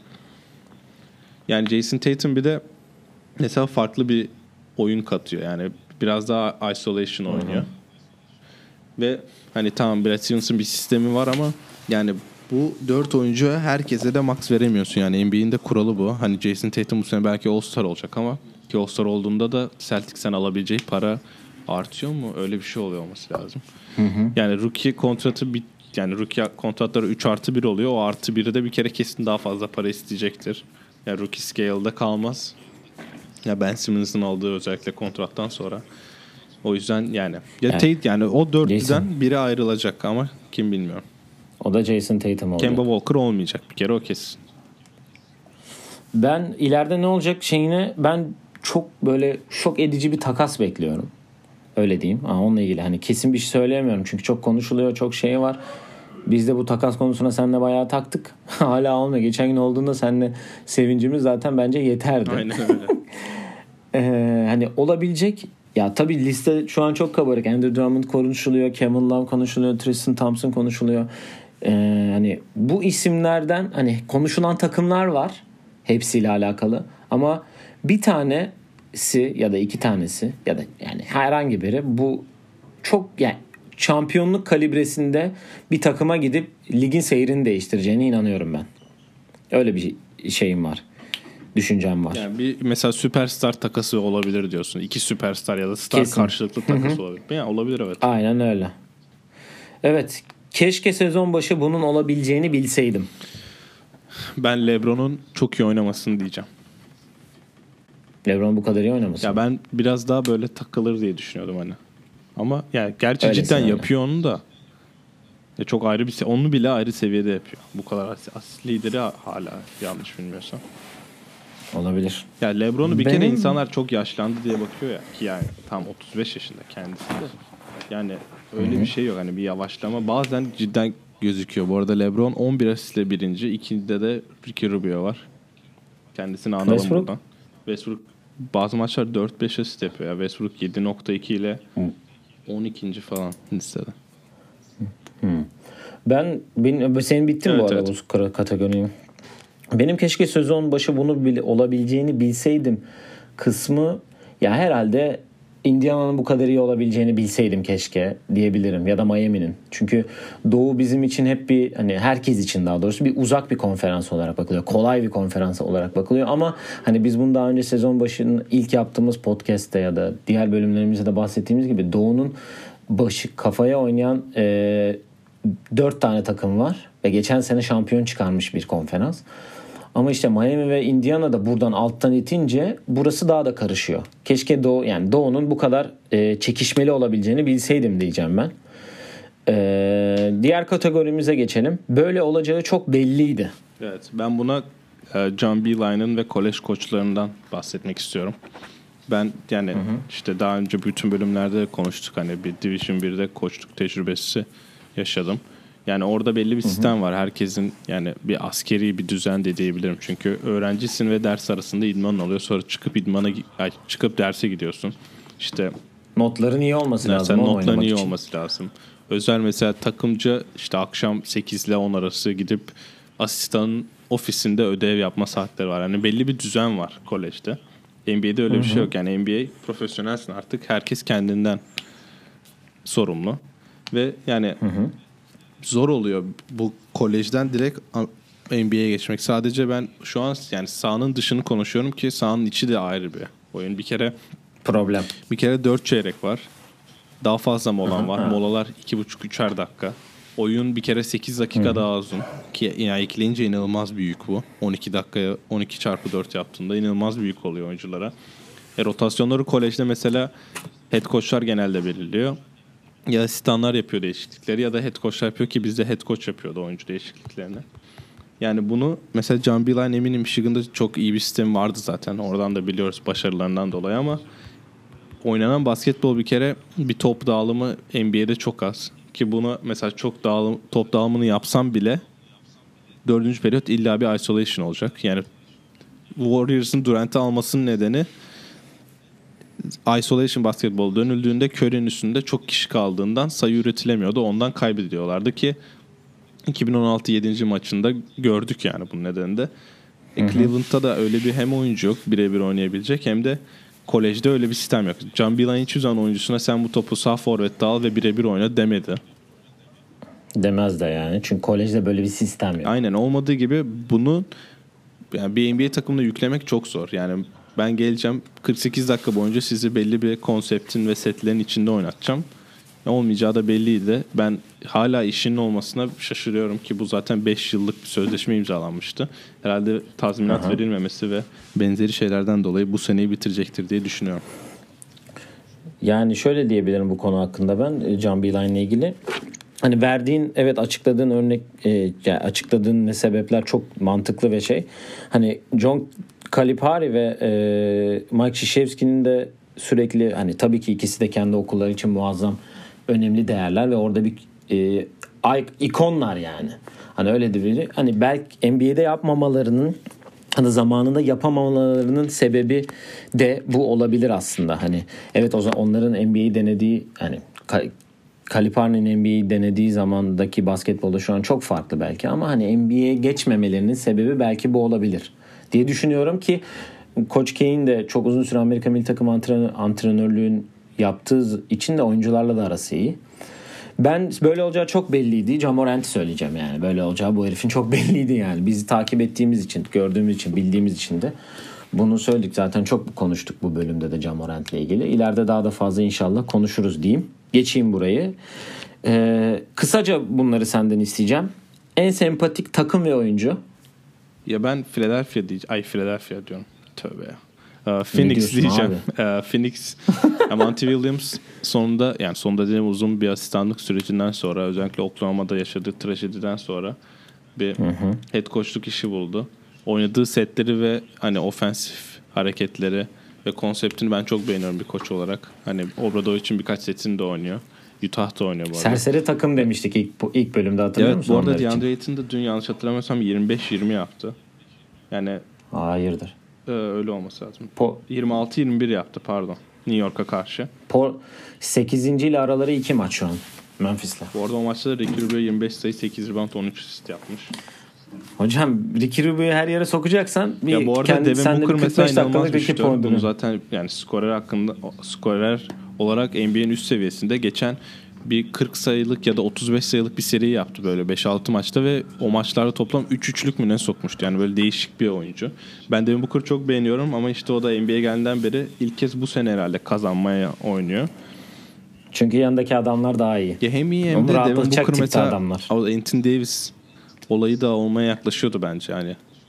Yani Jason Tatum bir de mesela farklı bir oyun katıyor. Yani biraz daha isolation oynuyor. Hı-hı. Ve hani tamam Brad Stevens'ın bir sistemi var ama yani bu dört oyuncuya herkese de max veremiyorsun. Yani N B A'in de kuralı bu. Hani Jason Tatum bu sene belki All-Star olacak ama ki All-Star olduğunda da Celtics'ten alabileceği para artıyor mu? Öyle bir şey oluyor olması lazım. Hı hı. Yani rookie kontratı bit yani rookie kontratları üç artı bir oluyor. O artı biri de bir kere kesin daha fazla para isteyecektir. Yani rookie scale'da kalmaz. Ya Ben Simmons'ın aldığı özellikle kontrattan sonra. O yüzden yani ya Yani, Tate yani o dörtlüden Jason. biri ayrılacak ama kim bilmiyorum. O da Jason Tatum olacak. Kemba Walker olmayacak bir kere o kesin. Ben ileride ne olacak şeyine ben çok böyle şok edici bir takas bekliyorum. Öyle diyeyim. Aa, onunla ilgili hani kesin bir şey söyleyemiyorum. Çünkü çok konuşuluyor, çok şey var. Biz de bu takas konusuna seninle bayağı taktık. Hala olmuyor. Geçen gün olduğunda seninle sevincimiz zaten bence yeterdi. Aynen öyle. ee, hani olabilecek ya tabii liste şu an çok kabarık. Andrew Drummond konuşuluyor, Kevin Love konuşuluyor, Tristan Thompson konuşuluyor. Ee, hani bu isimlerden hani konuşulan takımlar var. Hepsiyle alakalı. Ama bir tanesi ya da iki tanesi ya da yani herhangi biri bu çok yani şampiyonluk kalibresinde bir takıma gidip ligin seyrini değiştireceğine inanıyorum ben. Öyle bir şeyim var. Düşüncem var. Yani bir mesela süperstar takası olabilir diyorsun. İki süperstar ya da star Kesin. karşılıklı takası olabilir. Yani olabilir evet. Aynen öyle. Evet. Keşke sezon başı bunun olabileceğini bilseydim. Ben LeBron'un çok iyi oynamasını diyeceğim. LeBron bu kadar iyi oynamasın. Ya ben biraz daha böyle takılır diye düşünüyordum hani. Ama yani gerçi Öylesin cidden öyle. yapıyor onu da. Ya çok ayrı bir se- onu bile ayrı seviyede yapıyor. Bu kadar as- as lideri hala yanlış bilmiyorsam. Olabilir. Ya LeBron'u bir Benim- kere insanlar çok yaşlandı diye bakıyor ya ki yani tam otuz beş yaşında kendisi de. Yani öyle Hı-hı. bir şey yok hani bir yavaşlama bazen cidden gözüküyor. Bu arada LeBron on bir asistle birinci, ikincide de Ricky Rubio var. Kendisini analım Westbrook? buradan. Westbrook bazı maçlar dört beş asist yapıyor ya. Westbrook yedi nokta iki ile on ikinci falan listede. Ben benim senin bitti mi Evet, bu arada evet. bu kategoriyi? Benim keşke sezon başı bunu bile, olabileceğini bilseydim kısmı ya herhalde Indiana'nın bu kadar iyi olabileceğini bilseydim keşke diyebilirim ya da Miami'nin. Çünkü Doğu bizim için hep bir hani herkes için daha doğrusu bir uzak bir konferans olarak bakılıyor. Kolay bir konferans olarak bakılıyor ama hani biz bunu daha önce sezon başının ilk yaptığımız podcast'te ya da diğer bölümlerimizde de bahsettiğimiz gibi Doğu'nun başı kafaya oynayan e, dört tane takım var ve geçen sene şampiyon çıkarmış bir konferans. Ama işte Miami ve Indiana da buradan alttan itince burası daha da karışıyor. Keşke Doğu, yani Doğu'nun bu kadar e, çekişmeli olabileceğini bilseydim diyeceğim ben. E, diğer kategorimize geçelim. Böyle olacağı çok belliydi. Evet, ben buna e, John Beilein'in ve kolej koçlarından bahsetmek istiyorum. Ben yani hı hı. işte daha önce bütün bölümlerde konuştuk, hani bir Division birde koçluk tecrübesi yaşadım. Yani orada belli bir sistem hı hı. var. Herkesin yani bir askeri bir düzen de diyebilirim. Çünkü öğrencisin ve ders arasında idman oluyor. Sonra çıkıp idmana ay, çıkıp derse gidiyorsun. İşte notların iyi olması lazım. Notların iyi için. olması lazım. Özel mesela takımca işte akşam sekiz ile on arası gidip asistanın ofisinde ödev yapma saatleri var. Yani belli bir düzen var kolejde. N B A'de öyle Hı-hı. bir şey yok. Yani N B A profesyonelsin artık. Herkes kendinden sorumlu. Ve yani Hı-hı. zor oluyor bu kolejden direkt N B A'ye geçmek. Sadece ben şu an yani sahanın dışını konuşuyorum ki sahanın içi de ayrı bir oyun. Bir kere problem. Bir kere dört çeyrek var. Daha fazla molan var. Molalar iki buçuk üçer dakika. Oyun bir kere sekiz dakika Hı-hı. daha uzun. Ki yani ekleyince inanılmaz büyük bu. on iki dakikaya on iki çarpı dört yaptığında inanılmaz büyük oluyor oyunculara. E, rotasyonları kolejde mesela head coachlar genelde belirliyor. Ya asistanlar yapıyor değişiklikleri ya da head coachlar yapıyor ki bizde head coach yapıyordu oyuncu değişikliklerini. Yani bunu mesela John Beilein eminim Michigan'da çok iyi bir sistem vardı zaten. Oradan da biliyoruz başarılarından dolayı ama oynanan basketbol bir kere bir top dağılımı N B A'de çok az. Ki bunu mesela çok dağılım, top dağılımını yapsam bile dördüncü periyot illa bir isolation olacak. Yani Warriors'ın Durant'i almasının nedeni isolation basketbol dönüldüğünde Curry'nin üstünde çok kişi kaldığından sayı üretilemiyordu. Ondan kaybediyorlardı ki iki bin on altı yedinci maçında gördük yani bunun nedeninde. E, Cleveland'da da öyle bir hem oyuncu yok birebir oynayabilecek hem de kolejde öyle bir sistem yok. John Beilein hiçbir zaman oyuncusuna sen bu topu sağ forvette al ve birebir oyna demedi. Demez de yani. Çünkü kolejde böyle bir sistem yok. Aynen olmadığı gibi bunu yani bir N B A takımına yüklemek çok zor. Yani ben geleceğim kırk sekiz dakika boyunca sizi belli bir konseptin ve setlerin içinde oynatacağım. Olmayacağı da belliydi. Ben hala işinin olmasına şaşırıyorum ki bu zaten beş yıllık bir sözleşme imzalanmıştı. Herhalde tazminat Aha. verilmemesi ve benzeri şeylerden dolayı bu seneyi bitirecektir diye düşünüyorum. Yani şöyle diyebilirim bu konu hakkında ben John Beilein'le ilgili. Hani verdiğin evet açıkladığın örnek e, yani açıkladığın ne sebepler çok mantıklı ve şey. Hani John Calipari ve e, Mike Krzyzewski'nin de sürekli hani tabii ki ikisi de kendi okulları için muazzam önemli değerler ve orada bir e, ikonlar yani. Hani öyle de biri. Hani belki N B A'de yapmamalarının hani zamanında yapamamalarının sebebi de bu olabilir aslında. Hani evet o zaman onların N B A'yi denediği hani Calipari'nin N B A'yi denediği zamandaki basketbolda şu an çok farklı belki ama hani N B A'ye geçmemelerinin sebebi belki bu olabilir diye düşünüyorum ki Coach K'in de çok uzun süre Amerika Milli Takım antrenör, antrenörlüğün yaptığı için de oyuncularla da arası iyi. Ben böyle olacağı çok belliydi. Ja Morant'i söyleyeceğim yani. Böyle olacağı bu herifin çok belliydi yani. Bizi takip ettiğimiz için, gördüğümüz için, bildiğimiz için de bunu söyledik. Zaten çok konuştuk bu bölümde de Ja Morant'le ilgili. İleride daha da fazla inşallah konuşuruz diyeyim. Geçeyim burayı. Ee, kısaca bunları senden isteyeceğim. En sempatik takım ve oyuncu? Ya ben Philadelphia diyeceğim. Ay Philadelphia diyorum. Tövbe ya. Uh, Phoenix diyeceğim. Uh, Phoenix. Monty Williams sonunda yani sonunda dediğim uzun bir asistanlık sürecinden sonra özellikle Oklahoma'da yaşadığı trajediden sonra bir hı hı. head coachluk işi buldu. Oynadığı setleri ve hani ofensif hareketleri ve konseptini ben çok beğeniyorum bir koç olarak. Hani Obradovic için birkaç setini de oynuyor. Utah'ta oynuyor bu arada. Serseri takım demiştik ilk ilk bölümde hatırlıyor evet, musun? Evet bu arada DeAndre Ayton da dün yanlış hatırlamıyorsam yirmi beş yirmi yaptı. Yani hayırdır. Ee, öyle olması lazım. Po- yirmi altı yirmi bir yaptı pardon. New York'a karşı. Po- sekizinci ile araları iki maç şu an Memphis'le. Bu arada o maçta da Ricky Rubio yirmi beş sayı sekiz rebound on üç asist yapmış. Hocam Ricky Rubio'yu her yere sokacaksan bir ya bu arada kendi, Devin Booker mesela inanılmaz düştü. Bunu zaten yani skorer hakkında skorer olarak N B A'nin üst seviyesinde geçen bir kırk sayılık ya da otuz beş sayılık bir seri yaptı böyle beş altı maçta ve o maçlarda toplam üç üçlük mü ne sokmuştu. Yani böyle değişik bir oyuncu. Ben Devin Booker'ı çok beğeniyorum ama işte o da N B A'ye geldiğinden beri ilk kez bu sene herhalde kazanmaya oynuyor. Çünkü yanındaki adamlar daha iyi. Ya hem iyi hem de Devin Booker mesela adamlar. Anthony Davis olayı da olmaya yaklaşıyordu bence yani.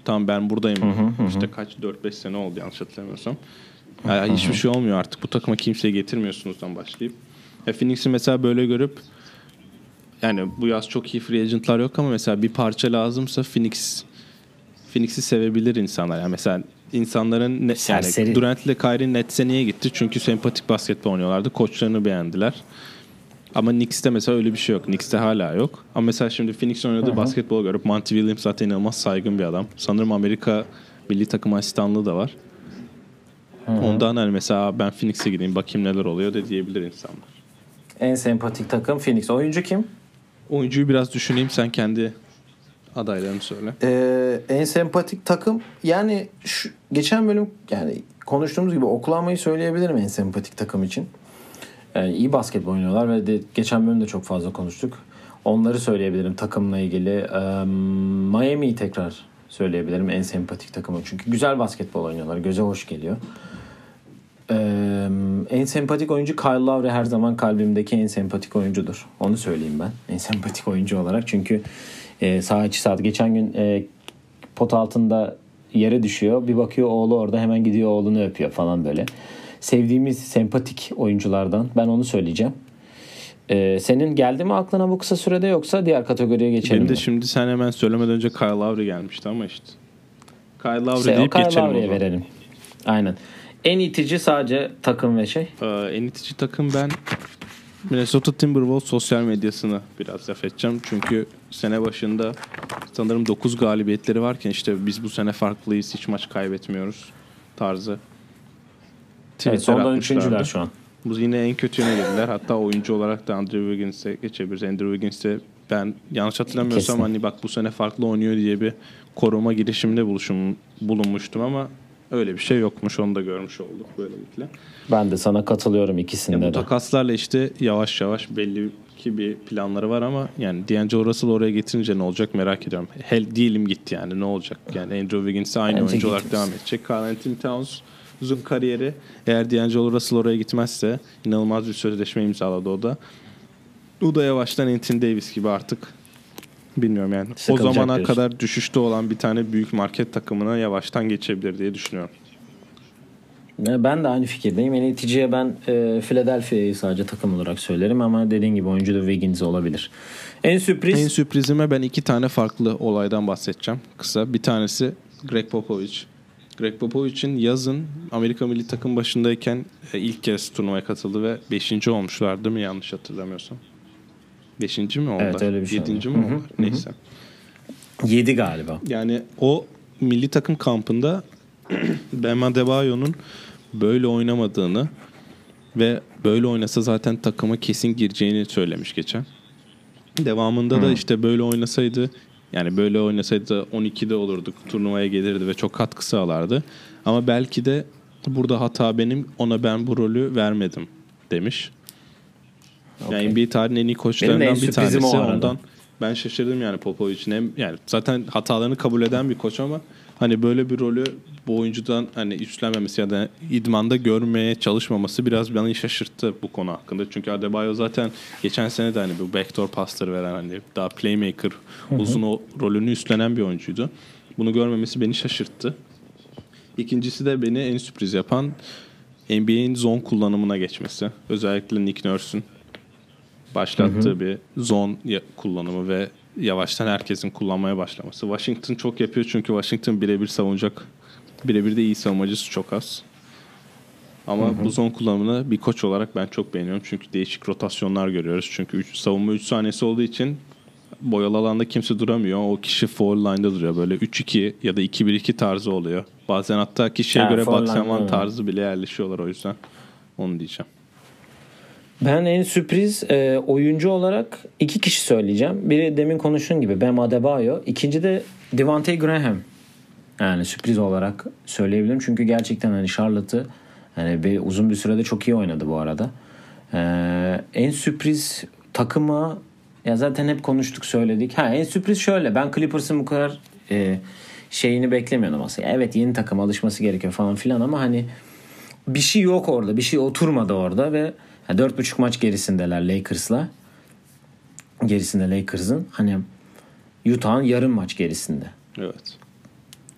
Tamam ben buradayım. Hı hı hı. İşte kaç dört beş sene oldu yanlış hatırlamıyorsam. Yani hiçbir şey olmuyor artık. Bu takıma kimseyi getirmiyorsunuzdan başlayıp. Ya Phoenix'i mesela böyle görüp yani bu yaz çok iyi free agent'lar yok ama mesela bir parça lazımsa Phoenix Phoenix'i sevebilir insanlar. Yani mesela insanların ne, yani Durant ile Kyrie Nets'e niye gitti? Çünkü sempatik basketbol oynuyorlardı. Koçlarını beğendiler. Ama Knicks'te mesela öyle bir şey yok. Knicks'te hala yok. Ama mesela şimdi Phoenix oynadığı Hı-hı. basketbol görüp Monty Williams zaten inanılmaz saygın bir adam. Sanırım Amerika milli takım asistanlığı da var. Hı-hı. Ondan hani mesela ben Phoenix'e gideyim bakayım neler oluyor da diyebilir insanlar. En sempatik takım Phoenix. Oyuncu kim? Oyuncuyu biraz düşüneyim, sen kendi adaylarını söyle. Ee, en sempatik takım yani şu, geçen bölüm yani konuştuğumuz gibi Oklahoma'yı söyleyebilirim en sempatik takım için. Yani iyi basketbol oynuyorlar ve de, geçen bölümde çok fazla konuştuk. Onları söyleyebilirim takımla ilgili. Ee, Miami'yi tekrar söyleyebilirim en sempatik takımı. Çünkü güzel basketbol oynuyorlar. Göze hoş geliyor. Ee, en sempatik oyuncu Kyle Lowry her zaman kalbimdeki en sempatik oyuncudur. Onu söyleyeyim ben. En sempatik oyuncu olarak. Çünkü e, sağ içi saat. Geçen gün e, pot altında yere düşüyor. Bir bakıyor oğlu orada, hemen gidiyor oğlunu öpüyor falan böyle. Sevdiğimiz sempatik oyunculardan. Ben onu söyleyeceğim. Ee, senin geldi mi aklına bu kısa sürede, yoksa diğer kategoriye geçelim Benim de mi? Şimdi sen hemen söylemeden önce Kyle Lowry gelmişti ama işte. Kyle Lowry işte deyip Kyle geçelim Lowry'ye verelim. Aynen. En itici sadece takım ve şey. Ee, en itici takım ben Minnesota Timberwolves sosyal medyasını biraz laf edeceğim. Çünkü sene başında sanırım dokuz galibiyetleri varken işte biz bu sene farklıyız, hiç maç kaybetmiyoruz tarzı. Evet, sondan üçüncüler şu an. Bu yine en kötü yöne girdiler. Hatta oyuncu olarak da Andrew Wiggins'e geçebiliriz. Andrew Wiggins'e ben yanlış hatırlamıyorsam Kesin. hani bak bu sene farklı oynuyor diye bir koruma girişiminde buluşum, bulunmuştum ama öyle bir şey yokmuş. Onu da görmüş olduk böylelikle. Ben de sana katılıyorum ikisinde yani de. Bu takaslarla işte yavaş yavaş belli ki bir planları var ama yani D'Angelo Russell oraya getirince ne olacak merak ediyorum. Hel diyelim gitti yani ne olacak? Yani Andrew Wiggins'e aynı Bence oyuncu olarak devam edecek. Karl Anthony Towns'un kariyeri eğer D'Angelo Russell oraya gitmezse, inanılmaz bir sözleşme imzaladı o da. O da yavaştan Anthony Davis gibi artık bilmiyorum yani. Sıkılacak o zamana diyorsun. Kadar düşüşte olan bir tane büyük market takımına yavaştan geçebilir diye düşünüyorum. Ben de aynı fikirdeyim. En iticiye ben e, Philadelphia'yı sadece takım olarak söylerim ama dediğin gibi oyuncu da Wiggins olabilir. En sürpriz? En sürprizime ben iki tane farklı olaydan bahsedeceğim kısa. Bir tanesi Greg Popovich. Greg Popovich'in yazın Amerika milli takım başındayken e, ilk kez turnuvaya katıldı ve beşinci olmuşlar değil mi? Yanlış hatırlamıyorsam. Beşinci mi oldular? Evet, öyle bir şey. Yedinci mi oldular? Neyse. Yedi galiba. Yani o milli takım kampında Bam Adebayo'nun böyle oynamadığını ve böyle oynasa zaten takıma kesin gireceğini söylemiş geçen. Devamında hmm. da işte böyle oynasaydı, yani böyle oynasaydı on ikide olurduk, turnuvaya gelirdi ve çok katkı sağlardı. Ama belki de burada hata benim, ona ben bu rolü vermedim demiş. Okay. Yani N B A tarihinin en iyi koçlarından bir tanesi. Ondan ben şaşırdım yani Popovic'in. Hem yani zaten hatalarını kabul eden bir koç ama hani böyle bir rolü bu oyuncudan hani üstlenmemesi ya da idmanda görmeye çalışmaması biraz beni şaşırttı bu konu hakkında. Çünkü Adebayo zaten geçen sene de hani bu backdoor pasları veren, hani daha playmaker, hı hı. uzun o rolünü üstlenen bir oyuncuydu. Bunu görmemesi beni şaşırttı. İkincisi de beni en sürpriz yapan N B A'in zone kullanımına geçmesi. Özellikle Nick Nurse'un başlattığı hı hı. bir zone kullanımı ve yavaştan herkesin kullanmaya başlaması. Washington çok yapıyor çünkü Washington birebir savunacak, birebir de iyi savunmacısı çok az. Ama hı hı. bu zone kullanımını bir koç olarak ben çok beğeniyorum. Çünkü değişik rotasyonlar görüyoruz. Çünkü üç, savunma üç saniyesi olduğu için boyalı alanda kimse duramıyor. O kişi foul line'da duruyor. Böyle üç iki ya da iki bir iki tarzı oluyor. Bazen hatta kişiye ha, göre Baksaman tarzı bile yerleşiyorlar, o yüzden onu diyeceğim. Ben en sürpriz e, oyuncu olarak iki kişi söyleyeceğim. Biri demin konuştuğun gibi Bam Adebayo. İkinci de Devontae Graham. Yani sürpriz olarak söyleyebilirim. Çünkü gerçekten hani Charlotte'ı hani bir, uzun bir sürede çok iyi oynadı bu arada. Ee, en sürpriz takıma ya zaten hep konuştuk, söyledik. Ha, en sürpriz şöyle. Ben Clippers'ın bu kadar e, şeyini beklemiyordum aslında. Evet, yeni takım alışması gerekiyor falan filan ama hani bir şey yok orada. Bir şey oturmadı orada ve dört buçuk maç gerisindeler Lakers'la. Gerisinde Lakers'ın. Hani Utah'ın yarım maç gerisinde. Evet.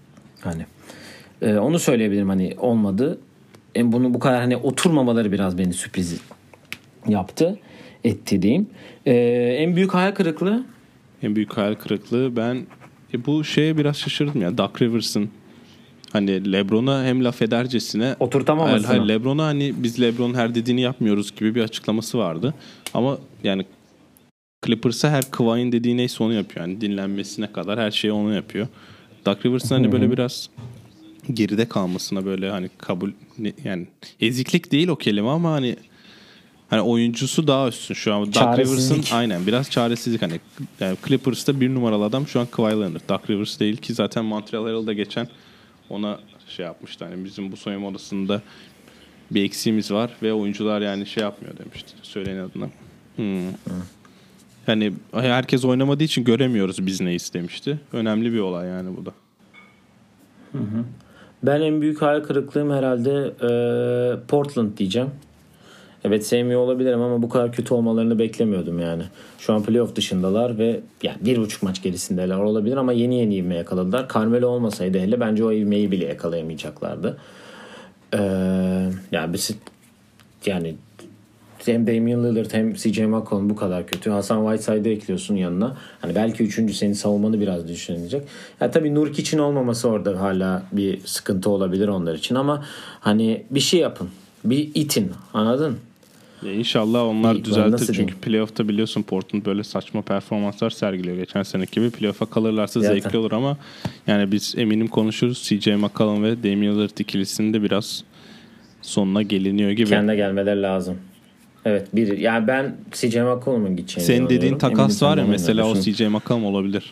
Hani e, onu söyleyebilirim, hani olmadı. E, bunu bu kadar hani oturmamaları biraz beni sürpriz yaptı, etti diyeyim. E, en büyük hayal kırıklığı? En büyük hayal kırıklığı ben e, bu şeye biraz şaşırdım ya. Doc Rivers'ın hani LeBron'a hem laf edercesine oturtamamasına. Hayır, LeBron'a hani biz LeBron'un her dediğini yapmıyoruz gibi bir açıklaması vardı. Ama yani Clippers'a her Kawhi'nin dediği neyse onu yapıyor. Yani dinlenmesine kadar her şeyi onu yapıyor. Doc Rivers'ın hani böyle biraz geride kalmasına böyle hani kabul, yani eziklik değil o kelime ama hani hani oyuncusu daha üstün şu an. Doc Rivers'ın aynen biraz çaresizlik, hani yani Clippers'ta bir numaralı adam şu an Kawhi Leonard. Doc Rivers değil ki zaten Montreal Herald'da geçen ona şey yapmıştı. Hani bizim bu soyunma odasında bir eksiğimiz var ve oyuncular yani şey yapmıyor demişti. Söyleyin adına. Hmm. Hani herkes oynamadığı için göremiyoruz biz ne istemişti. Önemli bir olay yani bu da. Hı hı. Ben en büyük hayal kırıklığım herhalde e, Portland diyeceğim. Evet, sevmiyor olabilirim ama bu kadar kötü olmalarını beklemiyordum yani. Şu an playoff dışındalar ve yani bir buçuk maç gerisindeler olabilir ama yeni yeni ivme yakaladılar. Carmelo olmasaydı hele bence o ivmeyi bile yakalayamayacaklardı. Ee, yani biz yani hem Damian Lillard hem C J McCollum bu kadar kötü. Hasan Whiteside'ı ekliyorsun yanına. Hani belki üçüncü senin savunmanı biraz düşünecek. Ya tabii Nurk için olmaması orada hala bir sıkıntı olabilir onlar için ama hani bir şey yapın. Bir itin. Anladın? Ya İnşallah onlar İyi, düzeltir çünkü playoff'ta biliyorsun Portland böyle saçma performanslar sergiliyor. Geçen seneki gibi playoff'a kalırlarsa Zaten zevkli olur ama yani biz eminim konuşuruz. C J McCollum ve Damian Lillard ikilisinin de biraz sonuna geliniyor gibi. Kendine gelmeleri lazım. Evet, bir yani ben C J McCollum'un gideceğini Senin dediğin inanıyorum. takas Eminim var ya sen de mesela o inanıyorsun. C J McCollum olabilir.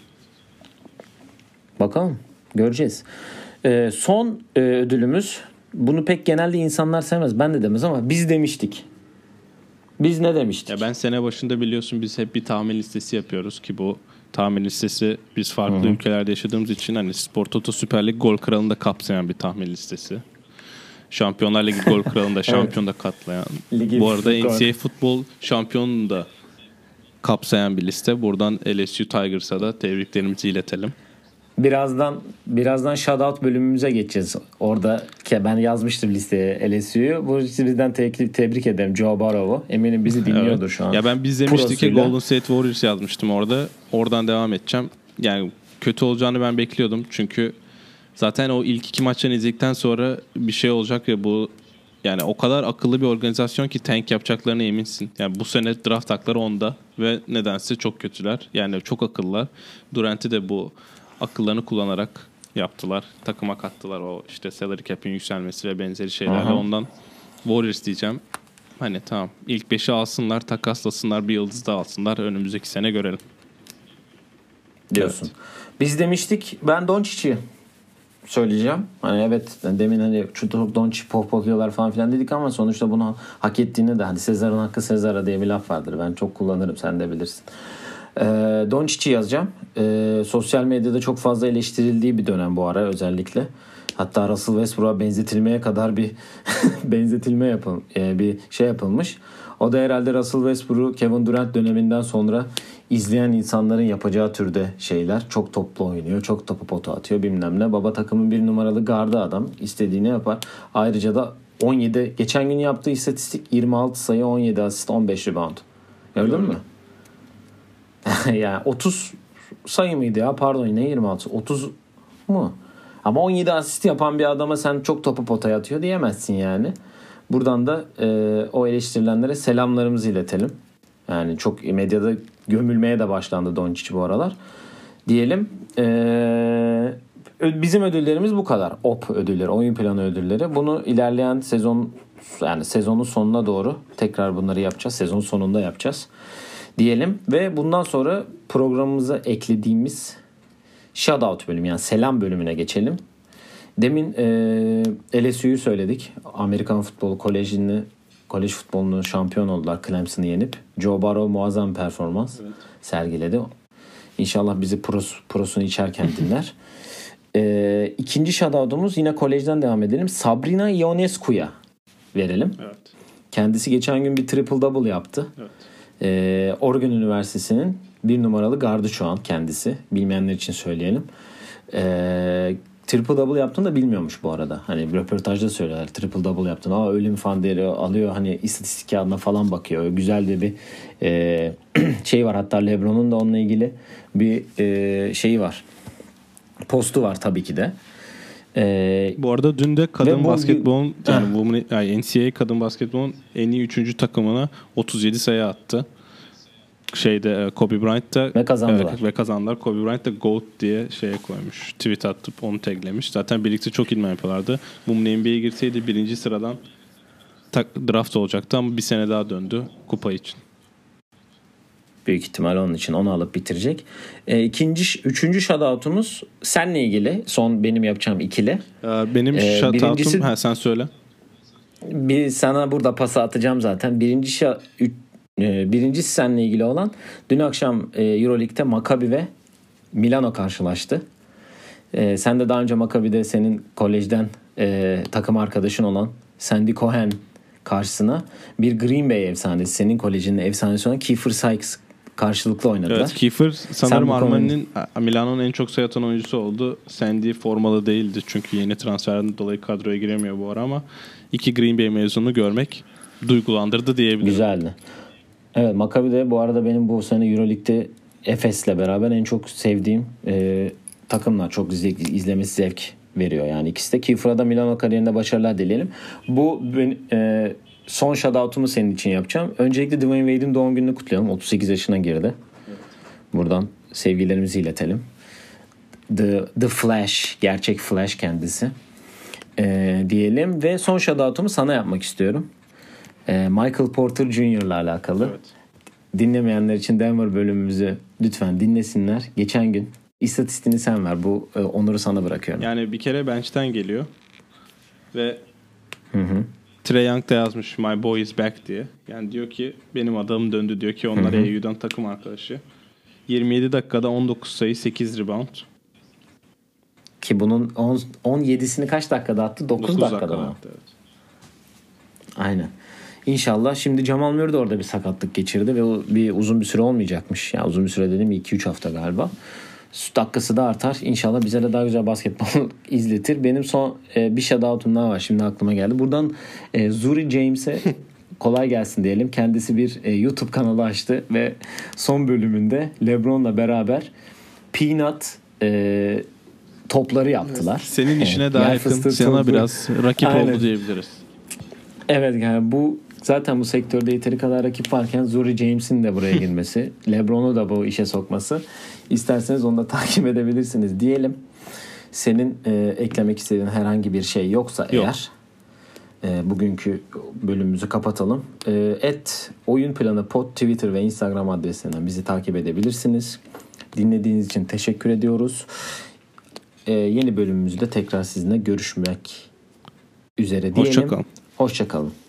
Bakalım. Göreceğiz. Ee, son e, ödülümüz, bunu pek genelde insanlar sevmez. Ben de demez ama biz demiştik. Biz ne demiştik? Ya ben sene başında biliyorsun biz hep bir tahmin listesi yapıyoruz ki bu tahmin listesi biz farklı Hı-hı. ülkelerde yaşadığımız için hani Spor Toto Süper Lig gol kralını da kapsayan bir tahmin listesi. Şampiyonlar Ligi gol kralını da şampiyon da katlayan. Ligi Bu arada gol. N C A A futbol şampiyonunu da kapsayan bir liste. Buradan L S U Tigers'a da tebriklerimizi iletelim. Birazdan birazdan shoutout bölümümüze geçeceğiz. Orada ki ben yazmıştım listeye L S U'yu. Bu bizden te- tebrik ederim Joe Barrow'u. Eminim bizi dinliyordur evet. Şu an. Ya ben biz demiştik Prosuyla. ki Golden State Warriors yazmıştım orada. Oradan devam edeceğim. Yani kötü olacağını ben bekliyordum. Çünkü zaten o ilk iki maçtan izledikten sonra bir şey olacak ya bu, yani o kadar akıllı bir organizasyon ki tank yapacaklarına eminsin. Yani bu sene draft hakları onda ve nedense çok kötüler. Yani çok akıllılar. Durant'i de bu akıllarını kullanarak yaptılar. Takıma kattılar o işte salary cap'in yükselmesi ve benzeri şeylerle. Aha. Ondan Warriors diyeceğim. Hani tamam ilk beşi alsınlar, takaslasınlar, bir yıldız da alsınlar. Önümüzdeki sene görelim. Diyorsun. Evet. Biz demiştik, ben Doncic'i söyleyeceğim. Hani evet demin hani Doncic pohpohluyorlar falan filan dedik ama sonuçta bunu hak ettiğini de, hani Sezar'ın hakkı Sezar'a diye bir laf vardır. Ben çok kullanırım, sen de bilirsin. Ee, Doncic'i yazacağım. Ee, sosyal medyada çok fazla eleştirildiği bir dönem bu ara özellikle. Hatta Russell Westbrook'a benzetilmeye kadar bir benzetilme yapıl e, bir şey yapılmış. O da herhalde Russell Westbrook, Kevin Durant döneminden sonra izleyen insanların yapacağı türde şeyler. Çok toplu oynuyor, çok topu pota atıyor bilmem ne. Baba takımın bir numaralı gardı adam. İstediğini yapar. Ayrıca da on yedi, geçen gün yaptığı istatistik yirmi altı sayı, on yedi asist, on beş rebound. Gördün mü? Yani otuz sayı mıydı ya? Pardon, ne yirmi altı? otuz mu? Ama on yedi asist yapan bir adama sen çok topu potaya atıyor diyemezsin yani. Buradan da e, o eleştirilenlere selamlarımızı iletelim. Yani çok medyada gömülmeye de başlandı Doncic bu aralar. Diyelim. E, bizim ödüllerimiz bu kadar. O P ödülleri, oyun planı ödülleri. Bunu ilerleyen sezon, yani sezonun sonuna doğru tekrar bunları yapacağız. Sezon sonunda yapacağız. Diyelim ve bundan sonra programımıza eklediğimiz shoutout bölümü, yani selam bölümüne geçelim. Demin e, L S U'yu söyledik. Amerikan futbolu kolejini, kolej futbolunu şampiyon oldular Clemson'ı yenip. Joe Barrow muazzam bir performans evet. sergiledi. İnşallah bizi pros, prosunu içerken dinler. e, ikinci shoutout'umuz yine kolejden devam edelim. Sabrina Ionescu'ya verelim. Evet. Kendisi geçen gün bir triple double yaptı. Evet. E, Oregon Üniversitesi'nin bir numaralı gardı şu an kendisi. Bilmeyenler için söyleyelim. Ee, triple double yaptığını da bilmiyormuş bu arada. Hani bir röportajda söylüyorlar triple double yaptın. Aa öyle mi falan diye alıyor, hani istatistik kağıdına falan bakıyor. Güzel de bir e, şey var, hatta LeBron'un da onunla ilgili bir e, şeyi var. Postu var tabii ki de. Ee, bu arada dün de kadın bu, basketbolun yani, women, yani N C A A kadın basketbolun en iyi üçüncü takımına otuz yedi sayı attı. Şeyde Kobe Bryant da ve kazandılar. E, ve kazandılar. Kobe Bryant da GOAT diye şeye koymuş. Tweet atıp onu taglemiş. Zaten birlikte çok idman yapıyorlardı. Women N B A'ye girseydi birinci sıradan tak, draft olacaktı ama bir sene daha döndü kupa için. Büyük ihtimal onun için onu alıp bitirecek. E, ikinci, üçüncü shoutout'umuz seninle ilgili. Son benim yapacağım ikili. Ee, benim ee, shoutout'um, birincisi, ha sen söyle. Bir sana burada pası atacağım zaten. Birinci şa, üç, e, birincisi seninle ilgili olan dün akşam e, Euroleague'de Maccabi ve Milano karşılaştı. E, sen de daha önce Maccabi'de senin kolejden e, takım arkadaşın olan Sandy Cohen karşısına bir Green Bay efsanesi, senin kolejinin efsanesi olan Kiefer Sykes karşılıklı oynadılar. Evet, Kiefer sanırım Armani'nin konu... Milano'nun en çok sayı atan oyuncusu oldu. Sandy formalı değildi çünkü yeni transferden dolayı kadroya giremiyor bu ara ama iki Green Bay mezunu görmek duygulandırdı diyebilirim. Güzeldi. Evet, Maccabi de bu arada benim bu sene Euroleague'de Efes'le beraber en çok sevdiğim e, takımlar. Çok izle, izlemesi zevk veriyor yani ikisi de. Kiefer'a da Milano kariyerinde başarılar dileyelim. Bu ben, e, son shoutout'umu senin için yapacağım. Öncelikle Dwayne Wade'in doğum gününü kutlayalım. otuz sekiz yaşına girdi. Evet. Buradan sevgilerimizi iletelim. The, The Flash, gerçek Flash kendisi. E, diyelim ve son shoutout'umu sana yapmak istiyorum. E, Michael Porter Junior'la alakalı. Evet. Dinlemeyenler için Denver bölümümüzü lütfen dinlesinler. Geçen gün istatistiğini sen ver. Bu e, onuru sana bırakıyorum. Yani bir kere bench'ten geliyor ve hı hı. Trae Young da yazmış My boy is back diye. Yani diyor ki benim adamım döndü, diyor ki onlar E U'dan takım arkadaşı. yirmi yedi dakikada on dokuz sayı, sekiz rebound. Ki bunun on yedisini kaç dakikada attı? dokuz dakikada mı? Evet. Aynen. İnşallah. Şimdi Jamal Murray de orada bir sakatlık geçirdi ve bir uzun bir süre olmayacakmış. Yani uzun bir süre dedim, iki üç hafta galiba. Dakikası da artar. İnşallah bize de daha güzel basketbol izletir. Benim son e, bir shoutout'um daha var. Şimdi aklıma geldi. Buradan e, Zuri James'e kolay gelsin diyelim. Kendisi bir e, YouTube kanalı açtı ve son bölümünde LeBron'la beraber Peanut e, topları yaptılar. Senin işine daha yakın. Sana topu. Biraz rakip Aynen. oldu diyebiliriz. Evet, yani bu zaten bu sektörde yeteri kadar rakip varken Zuri James'in de buraya girmesi, LeBron'u da bu işe sokması, isterseniz onu da takip edebilirsiniz diyelim. Senin e, eklemek istediğin herhangi bir şey yoksa Yok. eğer e, bugünkü bölümümüzü kapatalım. E, et oyun planı pod Twitter ve Instagram adresinden bizi takip edebilirsiniz. Dinlediğiniz için teşekkür ediyoruz. E, yeni bölümümüzde tekrar sizinle görüşmek üzere diyelim. Hoşça kalın. Hoşça kalın.